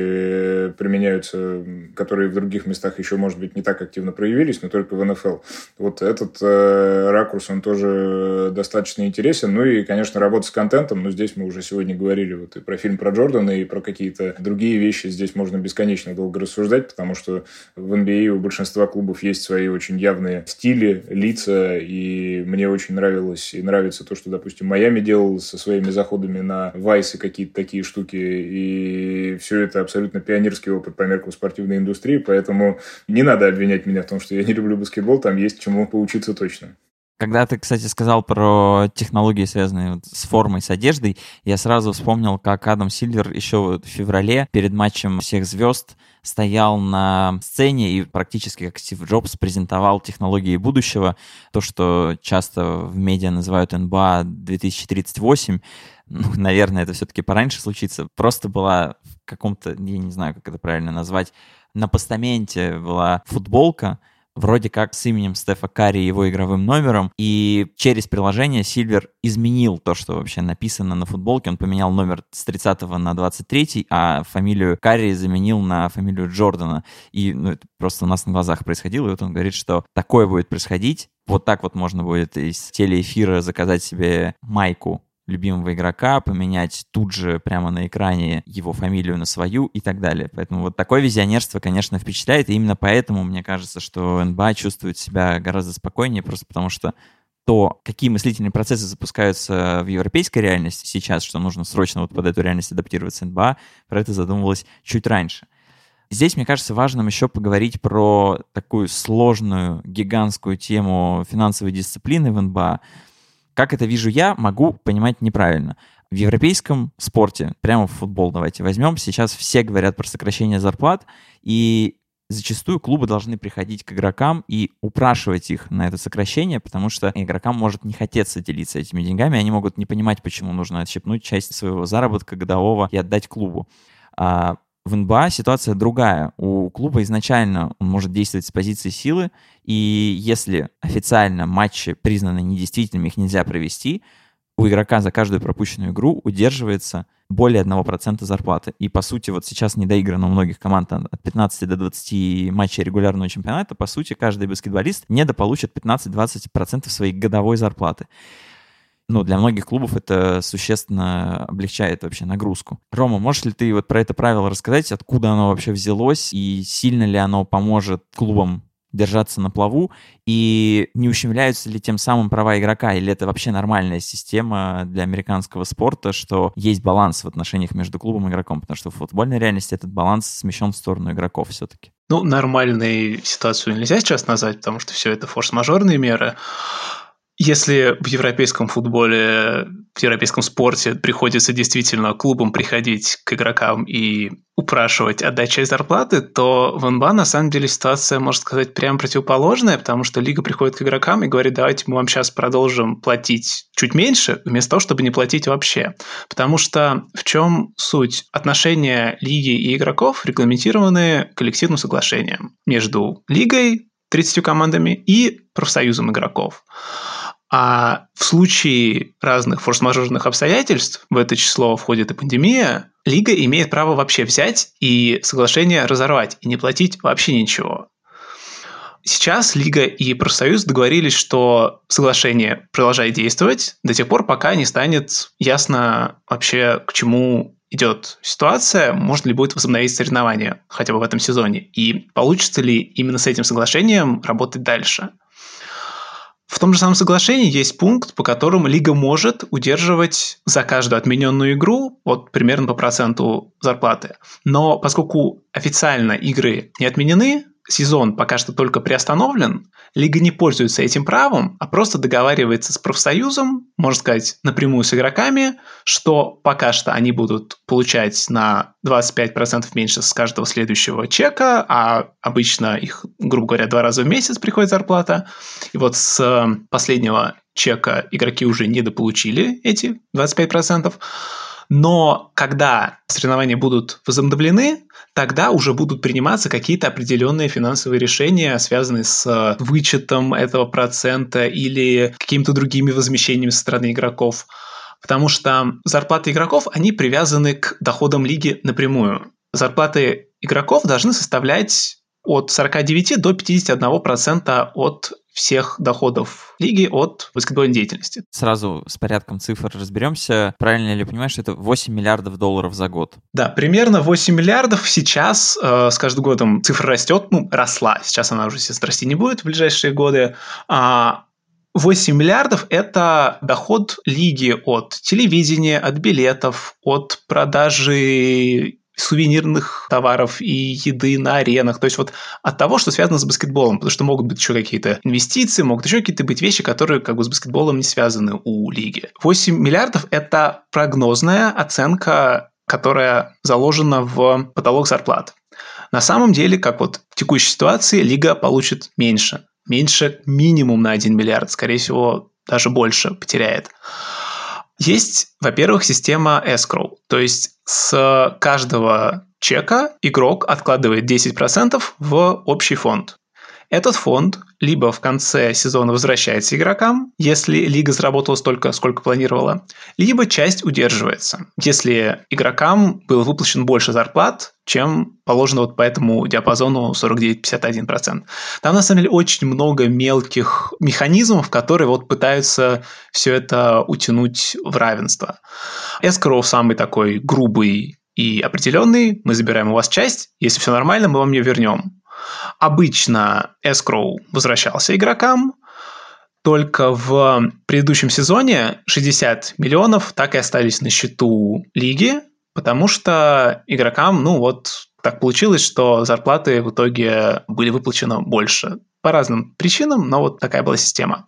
вещи применяются, которые в других местах еще, может быть, не так активно проявились, но только в эн эф эл. Вот этот э, ракурс, он тоже достаточно интересен. Ну и, конечно, работа с контентом. Но здесь мы уже сегодня говорили вот и про фильм про Джордана, и про какие-то другие вещи. Здесь можно бесконечно долго рассуждать, потому что в эн би эй у большинства клубов есть свои очень явные стили, лица, и мне очень нравилось и нравится то, что, допустим, Майами делал со своими заходами на Вайс и какие-то такие штуки, и все это абсолютно пионерский опыт по меркам спортивной индустрии, поэтому не надо обвинять меня в том, что я не люблю баскетбол, там есть чему поучиться точно. Когда ты, кстати, сказал про технологии, связанные вот с формой, с одеждой, я сразу вспомнил, как Адам Сильвер еще вот в феврале перед матчем всех звезд стоял на сцене и практически как Стив Джобс презентовал технологии будущего, то, что часто в медиа называют эн би эй две тысячи тридцать восемь. Ну, наверное, это все-таки пораньше случится. Просто была в каком-то, я не знаю, как это правильно назвать, на постаменте была футболка, вроде как с именем Стефа Карри и его игровым номером, и через приложение Сильвер изменил то, что вообще написано на футболке, он поменял номер с тридцатого на двадцать третий, а фамилию Карри заменил на фамилию Джордана, и ну, это просто у нас на глазах происходило, и вот он говорит, что такое будет происходить, вот так вот можно будет из телеэфира заказать себе майку любимого игрока, поменять тут же прямо на экране его фамилию на свою и так далее. Поэтому вот такое визионерство, конечно, впечатляет, и именно поэтому мне кажется, что эн би эй чувствует себя гораздо спокойнее, просто потому что то, какие мыслительные процессы запускаются в европейской реальности сейчас, что нужно срочно вот под эту реальность адаптироваться эн би эй, про это задумывалось чуть раньше. Здесь, мне кажется, важным еще поговорить про такую сложную, гигантскую тему финансовой дисциплины в эн би эй. Как это вижу я, могу понимать неправильно. В европейском спорте, прямо в футбол давайте возьмем, сейчас все говорят про сокращение зарплат, и зачастую клубы должны приходить к игрокам и упрашивать их на это сокращение, потому что игрокам может не хотеться делиться этими деньгами, они могут не понимать, почему нужно отщепнуть часть своего заработка годового и отдать клубу. А в эн би эй ситуация другая. У клуба изначально он может действовать с позиции силы, и если официально матчи признаны недействительными, их нельзя провести, у игрока за каждую пропущенную игру удерживается более одного процента зарплаты. И, по сути, вот сейчас недоиграно у многих команд от пятнадцати до двадцати матчей регулярного чемпионата, по сути, каждый баскетболист недополучит пятнадцать-двадцать процентов своей годовой зарплаты. Ну, для многих клубов это существенно облегчает вообще нагрузку. Рома, можешь ли ты вот про это правило рассказать, откуда оно вообще взялось, и сильно ли оно поможет клубам держаться на плаву, и не ущемляются ли тем самым права игрока, или это вообще нормальная система для американского спорта, что есть баланс в отношениях между клубом и игроком, потому что в футбольной реальности этот баланс смещен в сторону игроков все-таки. Ну, нормальной ситуацию нельзя сейчас назвать, потому что все это форс-мажорные меры. Если в европейском футболе, в европейском спорте приходится действительно клубам приходить к игрокам и упрашивать отдать часть зарплаты, то в эн би эй на самом деле ситуация, можно сказать, прямо противоположная, потому что лига приходит к игрокам и говорит, давайте мы вам сейчас продолжим платить чуть меньше, вместо того, чтобы не платить вообще. Потому что в чем суть? Отношения лиги и игроков регламентированы коллективным соглашением между лигой, тридцатью командами и профсоюзом игроков. А в случае разных форс-мажорных обстоятельств, в это число входит и пандемия, лига имеет право вообще взять и соглашение разорвать и не платить вообще ничего. Сейчас лига и профсоюз договорились, что соглашение продолжает действовать до тех пор, пока не станет ясно вообще, к чему идет ситуация, можно ли будет возобновить соревнования хотя бы в этом сезоне, и получится ли именно с этим соглашением работать дальше. В том же самом соглашении есть пункт, по которому лига может удерживать за каждую отмененную игру вот примерно по проценту зарплаты. Но поскольку официально игры не отменены, сезон пока что только приостановлен, лига не пользуется этим правом, а просто договаривается с профсоюзом, можно сказать, напрямую с игроками, что пока что они будут получать на двадцать пять процентов меньше с каждого следующего чека, а обычно их, грубо говоря, два раза в месяц приходит зарплата. И вот с последнего чека игроки уже недополучили эти двадцать пять процентов. Но когда соревнования будут возобновлены, тогда уже будут приниматься какие-то определенные финансовые решения, связанные с вычетом этого процента или какими-то другими возмещениями со стороны игроков. Потому что зарплаты игроков, они привязаны к доходам лиги напрямую. Зарплаты игроков должны составлять от сорок девять до пятьдесят один процент от всех доходов лиги от баскетбольной деятельности. Сразу с порядком цифр разберемся. Правильно ли понимаешь, что это восемь миллиардов долларов за год? Да, примерно восемь миллиардов. Сейчас э, с каждым годом цифра растет, ну, росла. Сейчас она уже, естественно, расти не будет в ближайшие годы. А восемь миллиардов – это доход лиги от телевидения, от билетов, от продажи сувенирных товаров и еды на аренах, то есть вот от того, что связано с баскетболом, потому что могут быть еще какие-то инвестиции, могут еще какие-то быть вещи, которые как бы с баскетболом не связаны у лиги. восемь миллиардов – это прогнозная оценка, которая заложена в потолок зарплат. На самом деле, как вот в текущей ситуации, лига получит меньше. Меньше минимум на один миллиард, скорее всего, даже больше потеряет. Есть, во-первых, система escrow, то есть с каждого чека игрок откладывает десять процентов в общий фонд. Этот фонд либо в конце сезона возвращается игрокам, если лига заработала столько, сколько планировала, либо часть удерживается, если игрокам был выплачен больше зарплат, чем положено вот по этому диапазону сорок девять - пятьдесят один процент. Там, на самом деле, очень много мелких механизмов, которые вот пытаются все это утянуть в равенство. Escrow самый такой грубый и определенный. Мы забираем у вас часть, если все нормально, мы вам ее вернем. Обычно escrow возвращался игрокам, только в предыдущем сезоне шестьдесят миллионов так и остались на счету лиги, потому что игрокам, ну вот, так получилось, что зарплаты в итоге были выплачены больше. По разным причинам, но вот такая была система.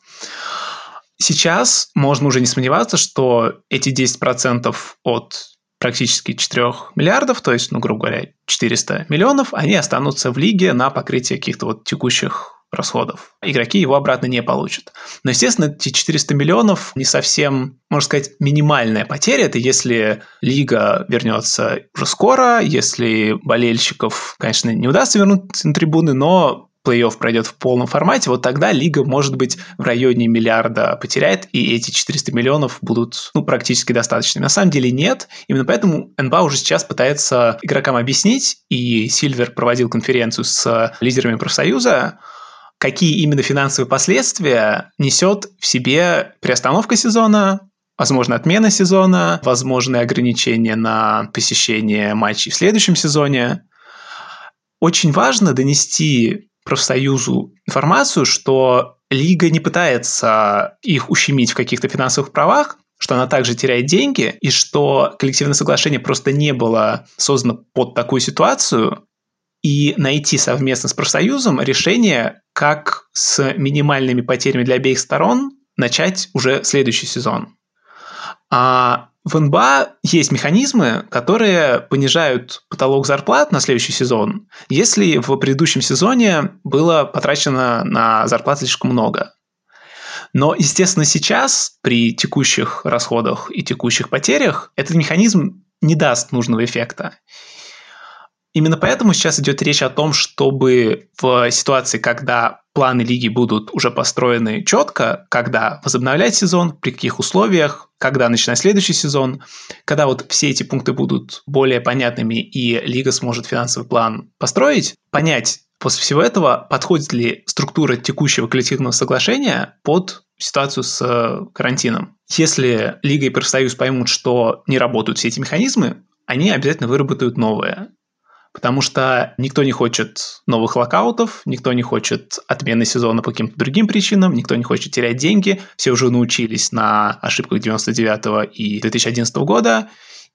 Сейчас можно уже не сомневаться, что эти десять процентов от практически четырёх миллиардов, то есть, ну, грубо говоря, четыреста миллионов, они останутся в лиге на покрытие каких-то вот текущих расходов. Игроки его обратно не получат. Но, естественно, эти четыреста миллионов не совсем, можно сказать, минимальная потеря. Это если лига вернется уже скоро, если болельщиков, конечно, не удастся вернуться на трибуны, но плей-офф пройдет в полном формате, вот тогда лига, может быть, в районе миллиарда потеряет, и эти четыреста миллионов будут, ну, практически достаточными. На самом деле нет. Именно поэтому эн би эй уже сейчас пытается игрокам объяснить, и Сильвер проводил конференцию с лидерами профсоюза, какие именно финансовые последствия несет в себе приостановка сезона, возможно, отмена сезона, возможные ограничения на посещение матчей в следующем сезоне. Очень важно донести профсоюзу информацию, что лига не пытается их ущемить в каких-то финансовых правах, что она также теряет деньги, и что коллективное соглашение просто не было создано под такую ситуацию, и найти совместно с профсоюзом решение, как с минимальными потерями для обеих сторон начать уже следующий сезон. А в эн би эй есть механизмы, которые понижают потолок зарплат на следующий сезон, если в предыдущем сезоне было потрачено на зарплаты слишком много. Но, естественно, сейчас при текущих расходах и текущих потерях этот механизм не даст нужного эффекта. Именно поэтому сейчас идет речь о том, чтобы в ситуации, когда планы лиги будут уже построены четко, когда возобновлять сезон, при каких условиях, когда начинать следующий сезон, когда вот все эти пункты будут более понятными и лига сможет финансовый план построить, понять после всего этого, подходит ли структура текущего коллективного соглашения под ситуацию с карантином. Если лига и профсоюз поймут, что не работают все эти механизмы, они обязательно выработают новые. Потому что никто не хочет новых локаутов, никто не хочет отмены сезона по каким-то другим причинам, никто не хочет терять деньги. Все уже научились на ошибках девяносто девятого и две тысячи одиннадцатого года,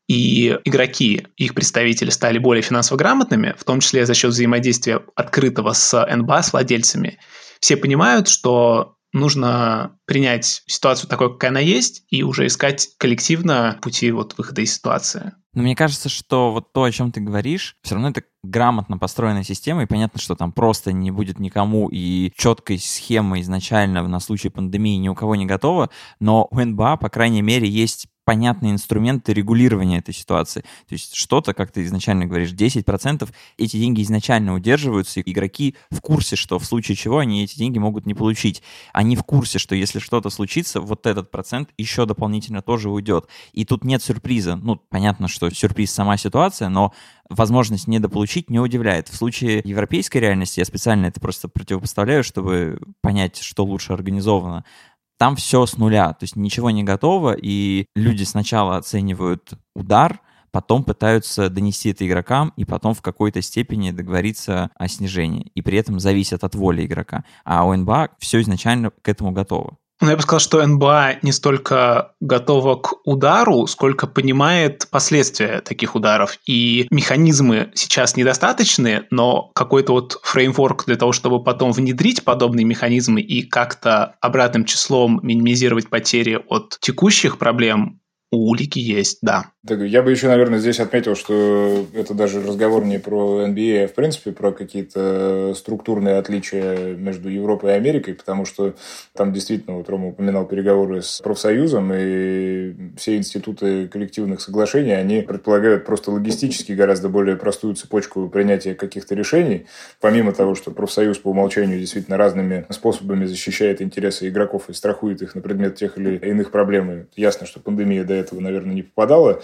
и игроки, их представители стали более финансово грамотными, в том числе за счет взаимодействия открытого с эн би эй, с владельцами. Все понимают, что нужно принять ситуацию такой, какая она есть, и уже искать коллективно пути вот выхода из ситуации. Но мне кажется, что вот то, о чем ты говоришь, все равно это грамотно построенная система, и понятно, что там просто не будет никому, и четкой схемы изначально на случай пандемии ни у кого не готова, но у эн би эй, по крайней мере, есть понятные инструменты регулирования этой ситуации. То есть что-то, как ты изначально говоришь, десять процентов эти деньги изначально удерживаются, и игроки в курсе, что в случае чего они эти деньги могут не получить. Они в курсе, что если что-то случится, вот этот процент еще дополнительно тоже уйдет. И тут нет сюрприза. Ну, понятно, что сюрприз сама ситуация, но возможность недополучить не удивляет. В случае европейской реальности, я специально это просто противопоставляю, чтобы понять, что лучше организовано, там все с нуля, то есть ничего не готово, и люди сначала оценивают удар, потом пытаются донести это игрокам, и потом в какой-то степени договориться о снижении, и при этом зависят от воли игрока. А у эн би эй все изначально к этому готово. Ну, я бы сказал, что эн би эй не столько готова к удару, сколько понимает последствия таких ударов. И механизмы сейчас недостаточны, но какой-то вот фреймворк для того, чтобы потом внедрить подобные механизмы и как-то обратным числом минимизировать потери от текущих проблем, у лиги есть, да. Я бы еще, наверное, здесь отметил, что это даже разговор не про эн би эй, а в принципе про какие-то структурные отличия между Европой и Америкой, потому что там действительно, вот Рома упоминал переговоры с профсоюзом, и все институты коллективных соглашений, они предполагают просто логистически гораздо более простую цепочку принятия каких-то решений, помимо того, что профсоюз по умолчанию действительно разными способами защищает интересы игроков и страхует их на предмет тех или иных проблем. Ясно, что пандемия до этого, наверное, не попадала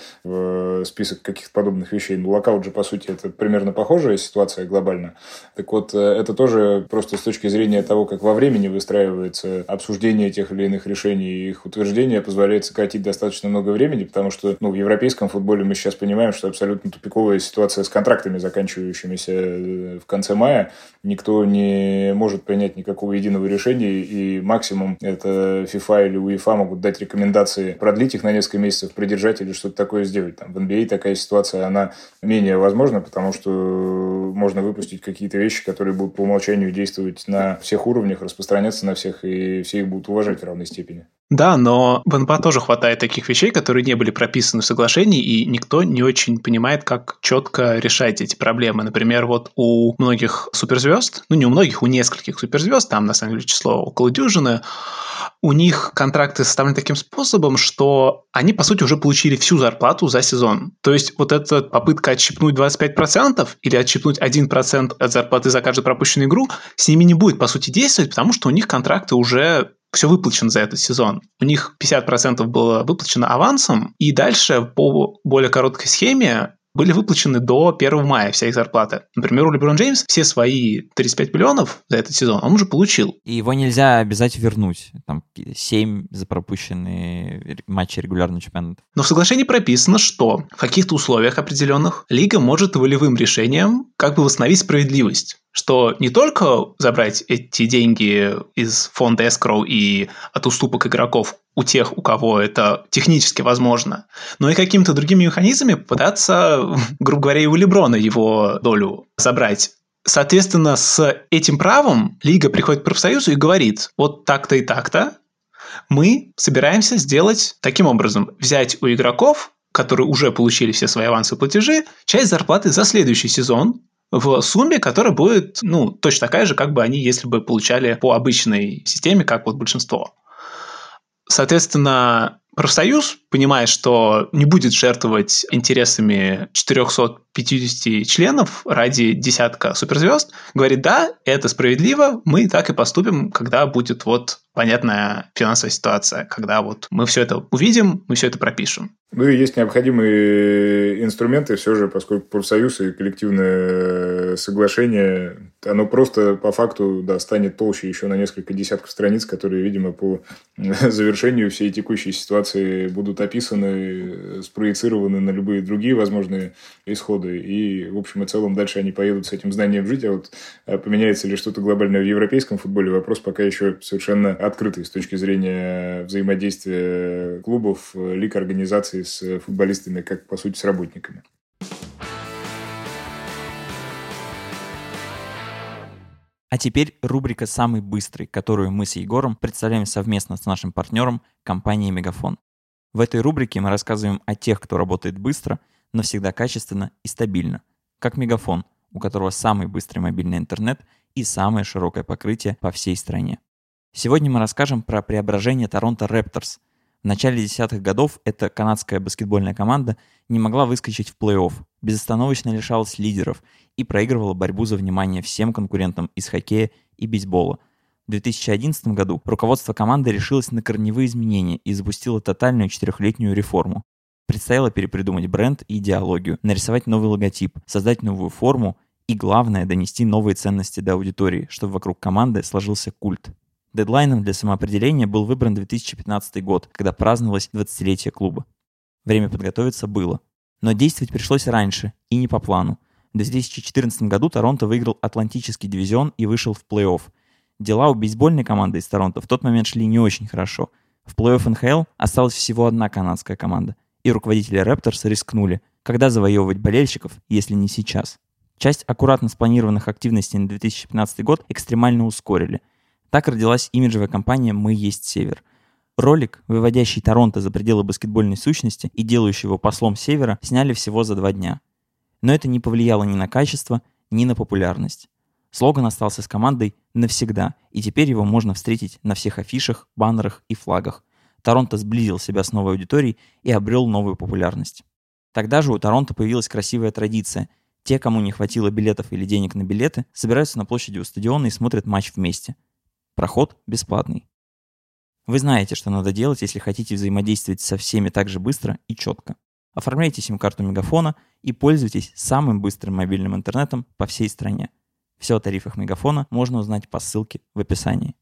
в список каких-то подобных вещей. Но локаут же, по сути, это примерно похожая ситуация глобально. Так вот, это тоже просто с точки зрения того, как во времени выстраивается обсуждение тех или иных решений и их утверждение, позволяет сократить достаточно много времени, потому что ну, в европейском футболе мы сейчас понимаем, что абсолютно тупиковая ситуация с контрактами, заканчивающимися в конце мая. Никто не может принять никакого единого решения, и максимум это FIFA или УЕФА могут дать рекомендации продлить их на несколько месяцев, придержать или что-то такое сделать. Там, в эн би эй такая ситуация, она менее возможна, потому что можно выпустить какие-то вещи, которые будут по умолчанию действовать на всех уровнях, распространяться на всех, и все их будут уважать в равной степени. Да, но в эн би эй тоже хватает таких вещей, которые не были прописаны в соглашении, и никто не очень понимает, как четко решать эти проблемы. Например, вот у многих суперзвезд, ну не у многих, у нескольких суперзвезд, там на самом деле число около дюжины, у них контракты составлены таким способом, что они, по сути, уже получили всю зарплату за сезон. То есть вот эта попытка отщипнуть двадцать пять процентов или отщипнуть один процент от зарплаты за каждую пропущенную игру с ними не будет, по сути, действовать, потому что у них контракты уже все выплачено за этот сезон. У них пятьдесят процентов было выплачено авансом, и дальше по более короткой схеме были выплачены до первого мая вся их зарплата. Например, у Леброн Джеймс все свои тридцать пять миллионов за этот сезон он уже получил. И его нельзя обязать вернуть. Там семь за пропущенные матчи регулярного чемпионата. Но в соглашении прописано, что в каких-то условиях определенных лига может волевым решением как бы восстановить справедливость. Что не только забрать эти деньги из фонда escrow и от уступок игроков у тех, у кого это технически возможно, но и какими-то другими механизмами пытаться, грубо говоря, и у Леброна его долю забрать. Соответственно, с этим правом лига приходит к профсоюзу и говорит, вот так-то и так-то мы собираемся сделать таким образом, взять у игроков, которые уже получили все свои авансы и платежи, часть зарплаты за следующий сезон, в сумме, которая будет, ну, точно такая же, как бы они, если бы получали по обычной системе, как вот большинство. Соответственно, профсоюз, понимая, что не будет жертвовать интересами четыреста пятьдесят членов ради десятка суперзвезд, говорит, да, это справедливо, мы так и поступим, когда будет вот понятная финансовая ситуация, когда вот мы все это увидим, мы все это пропишем. Ну и есть необходимые инструменты все же, поскольку профсоюз и коллективное соглашение, оно просто по факту да, станет толще еще на несколько десятков страниц, которые, видимо, по завершению всей текущей ситуации будут описаны, спроецированы на любые другие возможные исходы. И, в общем и целом, дальше они поедут с этим знанием жить. А вот поменяется ли что-то глобальное в европейском футболе, вопрос пока еще совершенно открытый с точки зрения взаимодействия клубов, лиг, организаций с футболистами, как, по сути, с работниками. А теперь рубрика «Самый быстрый», которую мы с Егором представляем совместно с нашим партнером, компанией Мегафон. В этой рубрике мы рассказываем о тех, кто работает быстро, но всегда качественно и стабильно, как Мегафон, у которого самый быстрый мобильный интернет и самое широкое покрытие по всей стране. Сегодня мы расскажем про преображение Торонто Рэпторс. В начале десятых годов эта канадская баскетбольная команда не могла выскочить в плей-офф, безостановочно лишалась лидеров и проигрывала борьбу за внимание всем конкурентам из хоккея и бейсбола. В две тысячи одиннадцатом году руководство команды решилось на корневые изменения и запустило тотальную четырехлетнюю реформу. Предстояло перепридумать бренд и идеологию, нарисовать новый логотип, создать новую форму и, главное, донести новые ценности до аудитории, чтобы вокруг команды сложился культ. Дедлайном для самоопределения был выбран две тысячи пятнадцатый год, когда праздновалось двадцатилетие клуба. Время подготовиться было. Но действовать пришлось раньше и не по плану. В две тысячи четырнадцатом году Торонто выиграл Атлантический дивизион и вышел в плей-офф. Дела у бейсбольной команды из Торонто в тот момент шли не очень хорошо. В плей-офф эн ха эл осталась всего одна канадская команда. И руководители Рэпторс рискнули. Когда завоевывать болельщиков, если не сейчас? Часть аккуратно спланированных активностей на две тысячи пятнадцатый год экстремально ускорили. Так родилась имиджевая кампания «Мы есть Север». Ролик, выводящий Торонто за пределы баскетбольной сущности и делающий его послом Севера, сняли всего за два дня. Но это не повлияло ни на качество, ни на популярность. Слоган остался с командой навсегда, и теперь его можно встретить на всех афишах, баннерах и флагах. Торонто сблизил себя с новой аудиторией и обрел новую популярность. Тогда же у Торонто появилась красивая традиция. Те, кому не хватило билетов или денег на билеты, собираются на площади у стадиона и смотрят матч вместе. Проход бесплатный. Вы знаете, что надо делать, если хотите взаимодействовать со всеми так же быстро и четко. Оформляйте сим-карту Мегафона и пользуйтесь самым быстрым мобильным интернетом по всей стране. Все о тарифах Мегафона можно узнать по ссылке в описании.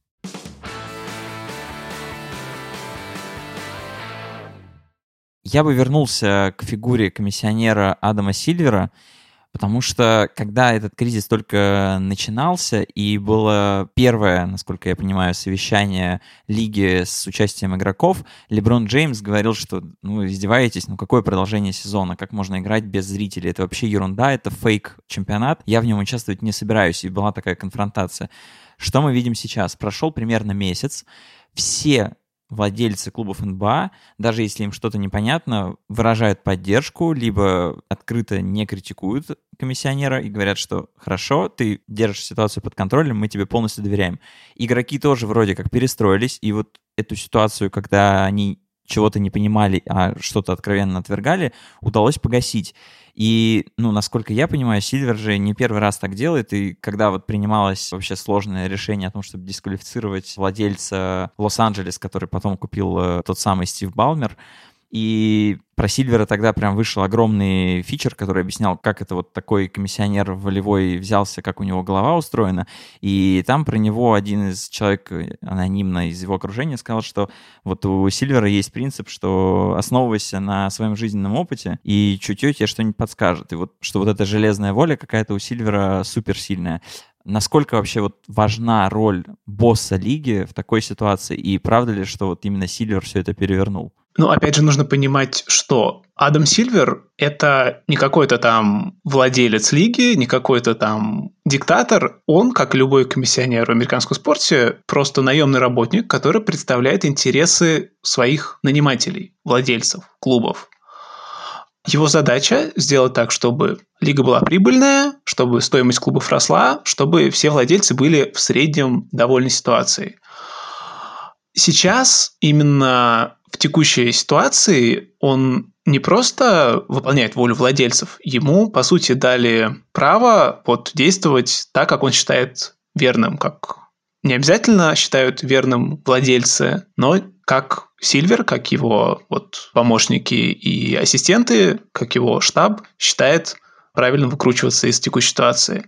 Я бы вернулся к фигуре комиссионера Адама Сильвера, потому что когда этот кризис только начинался, и было первое, насколько я понимаю, совещание лиги с участием игроков, Леброн Джеймс говорил, что ну, издеваетесь, ну какое продолжение сезона, как можно играть без зрителей, это вообще ерунда, это фейк-чемпионат, я в нем участвовать не собираюсь, и была такая конфронтация. Что мы видим сейчас? Прошел примерно месяц, все владельцы клубов эн бэ а, даже если им что-то непонятно, выражают поддержку, либо открыто не критикуют комиссионера и говорят, что хорошо, ты держишь ситуацию под контролем, мы тебе полностью доверяем. Игроки тоже вроде как перестроились, и вот эту ситуацию, когда они чего-то не понимали, а что-то откровенно отвергали, удалось погасить. И, ну, насколько я понимаю, Сильвер же не первый раз так делает, и когда вот принималось вообще сложное решение о том, чтобы дисквалифицировать владельца Лос-Анджелес, который потом купил э, тот самый Стив Балмер, и про Сильвера тогда прям вышел огромный фичер, который объяснял, как это вот такой комиссионер волевой взялся, как у него голова устроена. И там про него один из человек анонимно из его окружения сказал, что вот у Сильвера есть принцип, что основывайся на своем жизненном опыте, и чутье тебе что-нибудь подскажет. И вот что вот эта железная воля какая-то у Сильвера суперсильная. Насколько вообще вот важна роль босса лиги в такой ситуации? И правда ли, что вот именно Сильвер все это перевернул? Ну, опять же, нужно понимать, что Адам Сильвер – это не какой-то там владелец лиги, не какой-то там диктатор. Он, как любой комиссионер в американском спорте, просто наемный работник, который представляет интересы своих нанимателей, владельцев клубов. Его задача сделать так, чтобы лига была прибыльная, чтобы стоимость клубов росла, чтобы все владельцы были в среднем довольны ситуацией. Сейчас именно в текущей ситуации он не просто выполняет волю владельцев, ему, по сути, дали право вот, действовать так, как он считает верным, как не обязательно считают верным владельцы, но как Сильвер, как его вот, помощники и ассистенты, как его штаб считает правильно выкручиваться из текущей ситуации.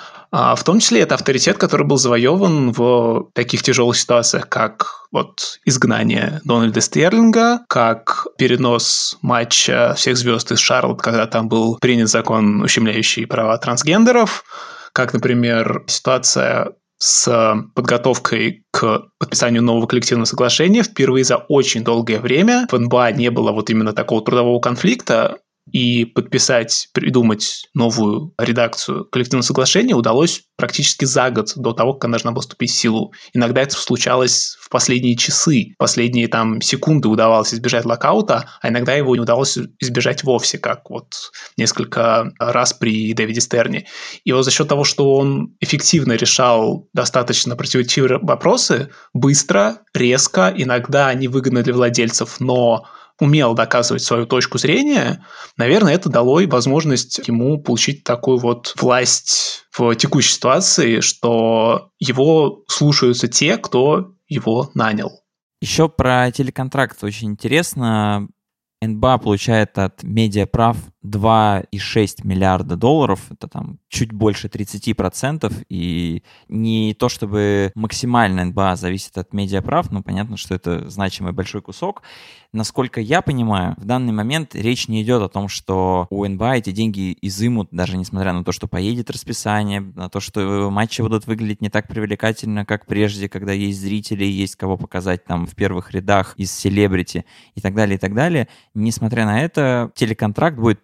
А в том числе это авторитет, который был завоеван в таких тяжелых ситуациях, как вот изгнание Дональда Стерлинга, как перенос матча всех звезд из Шарлотт, когда там был принят закон, ущемляющий права трансгендеров, как, например, ситуация с подготовкой к подписанию нового коллективного соглашения. Впервые за очень долгое время в эн бэ а не было вот именно такого трудового конфликта, и подписать, придумать новую редакцию коллективного соглашения удалось практически за год до того, как она должна была вступить в силу. Иногда это случалось в последние часы, последние там секунды удавалось избежать локаута, а иногда его не удалось избежать вовсе, как вот несколько раз при Дэвиде Стерне. И вот за счет того, что он эффективно решал достаточно противоречивые вопросы, быстро, резко, иногда невыгодно для владельцев, но умел доказывать свою точку зрения, наверное, это дало и возможность ему получить такую вот власть в текущей ситуации, что его слушаются те, кто его нанял. Еще про телеконтракт очень интересно. эн бэ а получает от медиаправ два целых шесть десятых миллиарда долларов, это там чуть больше тридцать процентов, и не то чтобы максимально эн бэ а зависит от медиаправ, но понятно, что это значимый большой кусок. Насколько я понимаю, в данный момент речь не идет о том, что у эн бэ а эти деньги изымут, даже несмотря на то, что поедет расписание, на то, что матчи будут выглядеть не так привлекательно, как прежде, когда есть зрители, есть кого показать там в первых рядах из селебрити и так далее, и так далее. Несмотря на это, телеконтракт будет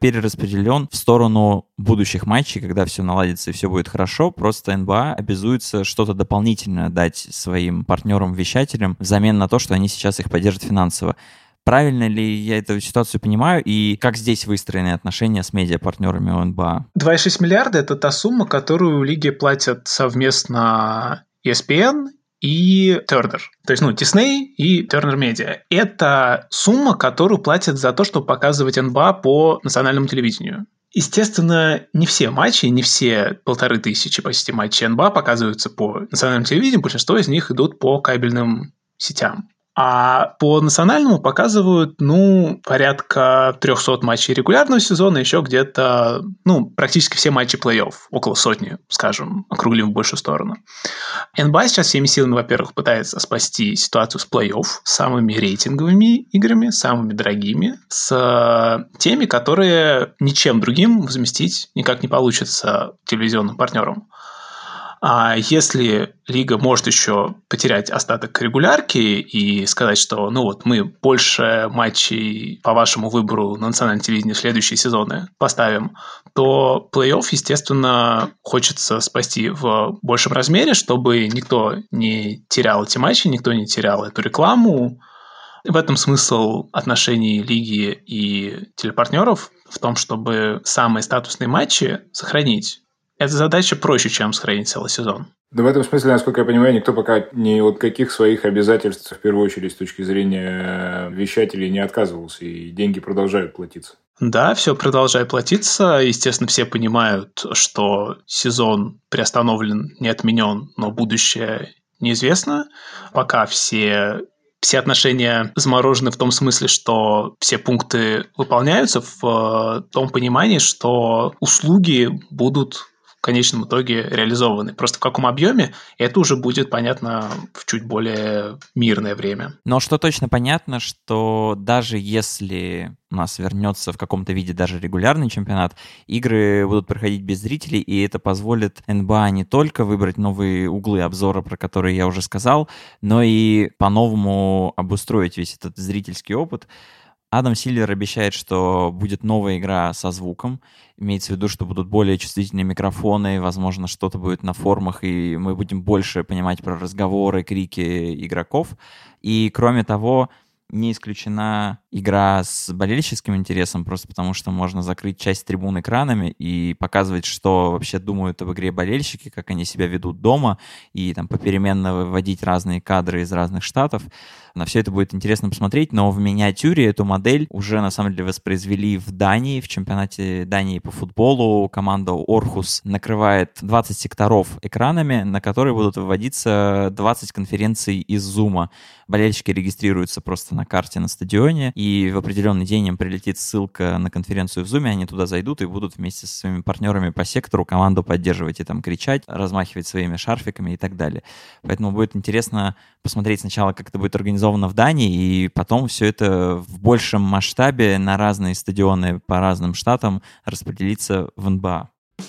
перераспределен в сторону будущих матчей, когда все наладится и все будет хорошо. Просто эн бэ а обязуется что-то дополнительное дать своим партнерам-вещателям взамен на то, что они сейчас их поддержат финансово. Правильно ли я эту ситуацию понимаю, и как здесь выстроены отношения с медиапартнерами у эн бэ а? два целых шесть миллиарда – это та сумма, которую лиги платят совместно и эс пи эн и Turner. То есть, ну, Disney и Turner Media. Это сумма, которую платят за то, чтобы показывать эн бэ а по национальному телевидению. Естественно, не все матчи, не все полторы тысячи почти матчей эн бэ а показываются по национальному телевидению, большинство из них идут по кабельным сетям. А по национальному показывают, ну, порядка трехсот матчей регулярного сезона, еще где-то, ну, практически все матчи плей-офф, около сотни, скажем, округлим в большую сторону. эн бэ а сейчас всеми силами, во-первых, пытается спасти ситуацию с плей-офф, с самыми рейтинговыми играми, самыми дорогими, с теми, которые ничем другим заместить никак не получится телевизионным партнерам. А если лига может еще потерять остаток регулярки и сказать, что ну вот мы больше матчей по вашему выбору на национальном телевидении в следующие сезоны поставим, то плей-офф, естественно, хочется спасти в большем размере, чтобы никто не терял эти матчи, никто не терял эту рекламу. В этом смысл отношений лиги и телепартнеров, в том, чтобы самые статусные матчи сохранить. Эта задача проще, чем сохранить целый сезон. Да, в этом смысле, насколько я понимаю, никто пока ни от каких своих обязательств, в первую очередь, с точки зрения вещателей, не отказывался, и деньги продолжают платиться. Да, все продолжает платиться. Естественно, все понимают, что сезон приостановлен, не отменен, но будущее неизвестно. Пока все... Все отношения заморожены в том смысле, что все пункты выполняются в том понимании, что услуги будут в конечном итоге реализованы. Просто в каком объеме, это уже будет понятно в чуть более мирное время. Но что точно понятно, что даже если у нас вернется в каком-то виде даже регулярный чемпионат, игры будут проходить без зрителей, и это позволит эн бэ а не только выбрать новые углы обзора, про которые я уже сказал, но и по-новому обустроить весь этот зрительский опыт. Адам Силлер обещает, что будет новая игра со звуком. Имеется в виду, что будут более чувствительные микрофоны, возможно, что-то будет на форумах, и мы будем больше понимать про разговоры, крики игроков. И, кроме того, не исключена игра с болельщическим интересом, просто потому что можно закрыть часть трибун экранами и показывать, что вообще думают об игре болельщики, как они себя ведут дома, и там попеременно выводить разные кадры из разных штатов. На все это будет интересно посмотреть, но в миниатюре эту модель уже на самом деле воспроизвели в Дании, в чемпионате Дании по футболу. Команда Орхус накрывает двадцать секторов экранами, на которые будут выводиться двадцать конференций из Zoom. Болельщики регистрируются просто на карте на стадионе, и в определенный день им прилетит ссылка на конференцию в Zoom, они туда зайдут и будут вместе со своими партнерами по сектору команду поддерживать и там кричать, размахивать своими шарфиками и так далее. Поэтому будет интересно посмотреть сначала, как это будет организовано в Дании, и потом все это в большем масштабе на разные стадионы по разным штатам распределиться в эн бэ а.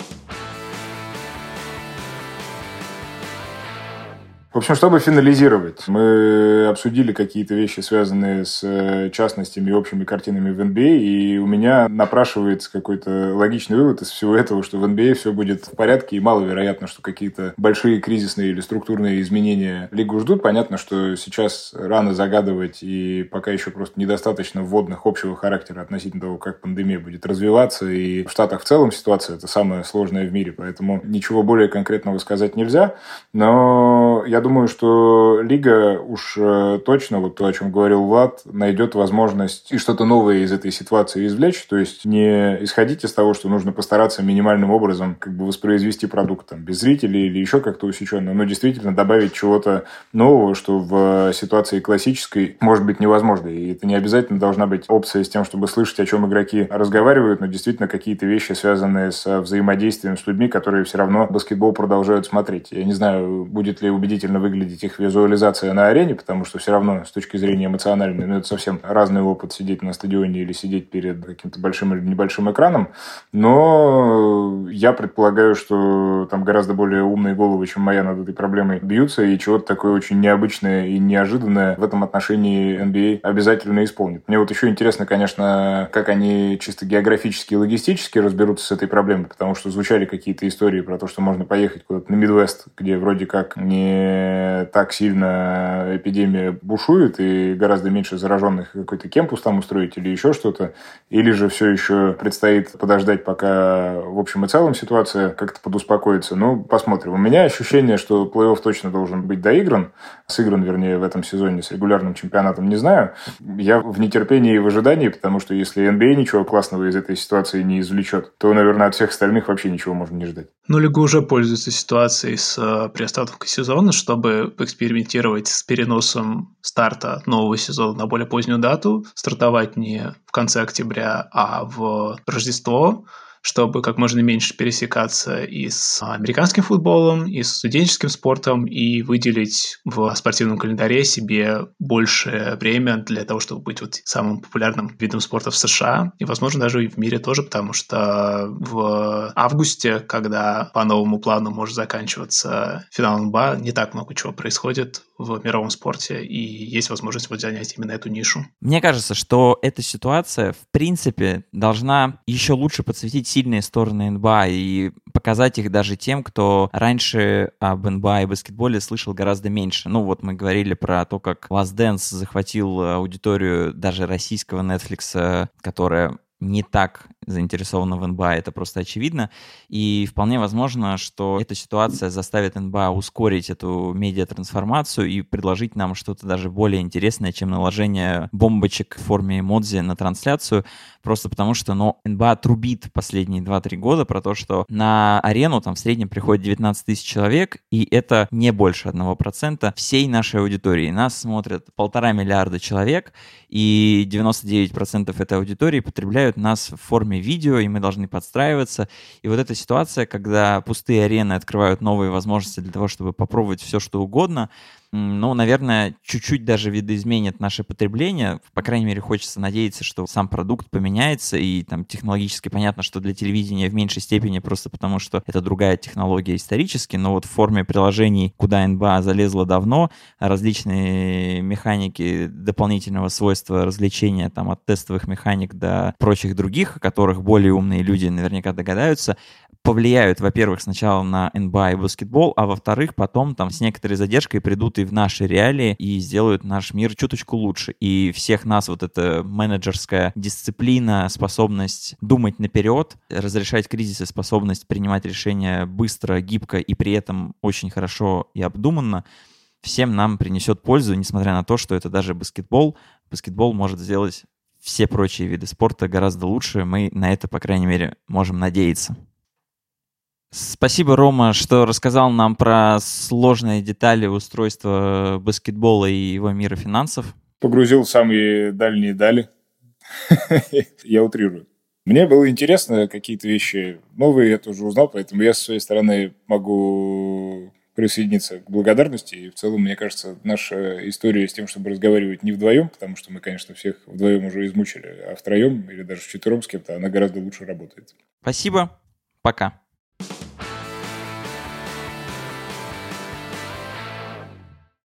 В общем, чтобы финализировать, мы обсудили какие-то вещи, связанные с частностями и общими картинами в эн би эй, и у меня напрашивается какой-то логичный вывод из всего этого, что в эн би эй все будет в порядке, и маловероятно, что какие-то большие кризисные или структурные изменения лигу ждут. Понятно, что сейчас рано загадывать, и пока еще просто недостаточно вводных общего характера относительно того, как пандемия будет развиваться, и в Штатах в целом ситуация – это самая сложная в мире, поэтому ничего более конкретного сказать нельзя, но я думаю, что лига уж точно, вот то, о чем говорил Влад, найдет возможность и что-то новое из этой ситуации извлечь, то есть не исходить из того, что нужно постараться минимальным образом как бы воспроизвести продукт там, без зрителей или еще как-то усеченно, но действительно добавить чего-то нового, что в ситуации классической может быть невозможно. И это не обязательно должна быть опция с тем, чтобы слышать, о чем игроки разговаривают, но действительно какие-то вещи, связанные с взаимодействием с людьми, которые все равно баскетбол продолжают смотреть. Я не знаю, будет ли убедительно замечательно выглядеть их визуализация на арене, потому что все равно с точки зрения эмоциональной, ну, это совсем разный опыт сидеть на стадионе или сидеть перед каким-то большим или небольшим экраном. Но я предполагаю, что там гораздо более умные головы, чем моя, над этой проблемой бьются, и чего-то такое очень необычное и неожиданное в этом отношении эн би эй обязательно исполнит. Мне вот еще интересно, конечно, как они чисто географически и логистически разберутся с этой проблемой, потому что звучали какие-то истории про то, что можно поехать куда-то на Мидвест, где вроде как не так сильно эпидемия бушует и гораздо меньше зараженных, какой-то кемпус там устроить или еще что-то, или же все еще предстоит подождать, пока в общем и целом ситуация как-то подуспокоится. Ну, посмотрим. У меня ощущение, что плей-офф точно должен быть доигран, сыгран, вернее, в этом сезоне с регулярным чемпионатом, не знаю. Я в нетерпении и в ожидании, потому что если эн би эй ничего классного из этой ситуации не извлечет, то, наверное, от всех остальных вообще ничего можно не ждать. Ну, лига уже пользуется ситуацией с э, приостановкой сезона, чтобы поэкспериментировать с переносом старта нового сезона на более позднюю дату, стартовать не в конце октября, а в Рождество, чтобы как можно меньше пересекаться и с американским футболом, и с студенческим спортом, и выделить в спортивном календаре себе большее время для того, чтобы быть вот самым популярным видом спорта в США, и, возможно, даже и в мире тоже, потому что в августе, когда по новому плану может заканчиваться финал эн би эй, не так много чего происходит в мировом спорте, и есть возможность вот занять именно эту нишу. Мне кажется, что эта ситуация, в принципе, должна еще лучше подсветить сильные стороны эн би эй и показать их даже тем, кто раньше об эн би эй и баскетболе слышал гораздо меньше. Ну вот мы говорили про то, как Last Dance захватил аудиторию даже российского Netflix, которая не так заинтересована в эн би эй, это просто очевидно. И вполне возможно, что эта ситуация заставит эн би эй ускорить эту медиатрансформацию и предложить нам что-то даже более интересное, чем наложение бомбочек в форме эмодзи на трансляцию, просто потому что ну, эн би эй трубит последние два-три года про то, что на арену там в среднем приходит девятнадцать тысяч человек, и это не больше одного процента всей нашей аудитории. Нас смотрят полтора миллиарда человек, и девяносто девять процентов этой аудитории потребляют нас в форме видео, и мы должны подстраиваться. И вот эта ситуация, когда пустые арены открывают новые возможности для того, чтобы попробовать все, что угодно, ну, наверное, чуть-чуть даже видоизменит наше потребление. По крайней мере, хочется надеяться, что сам продукт поменяется, и там технологически понятно, что для телевидения в меньшей степени, просто потому что это другая технология исторически, но вот в форме приложений, куда эн би эй залезла давно, различные механики дополнительного свойства развлечения, там, от тестовых механик до прочих других, о которых более умные люди наверняка догадаются, повлияют, во-первых, сначала на эн би эй и баскетбол, а во-вторых, потом там с некоторой задержкой придут и в наши реалии и сделают наш мир чуточку лучше. И всех нас вот эта менеджерская дисциплина, способность думать наперед, разрешать кризисы, способность принимать решения быстро, гибко и при этом очень хорошо и обдуманно, всем нам принесет пользу, несмотря на то, что это даже баскетбол. Баскетбол может сделать все прочие виды спорта гораздо лучше. Мы на это, по крайней мере, можем надеяться. Спасибо, Рома, что рассказал нам про сложные детали устройства баскетбола и его мира финансов. Погрузил в самые дальние дали. Я утрирую. Мне было интересно, какие-то вещи новые я тоже узнал, поэтому я со своей стороны могу присоединиться к благодарности. И в целом, мне кажется, наша история с тем, чтобы разговаривать не вдвоем, потому что мы, конечно, всех вдвоем уже измучили, а втроем или даже вчетвером с кем-то, она гораздо лучше работает. Спасибо. Пока.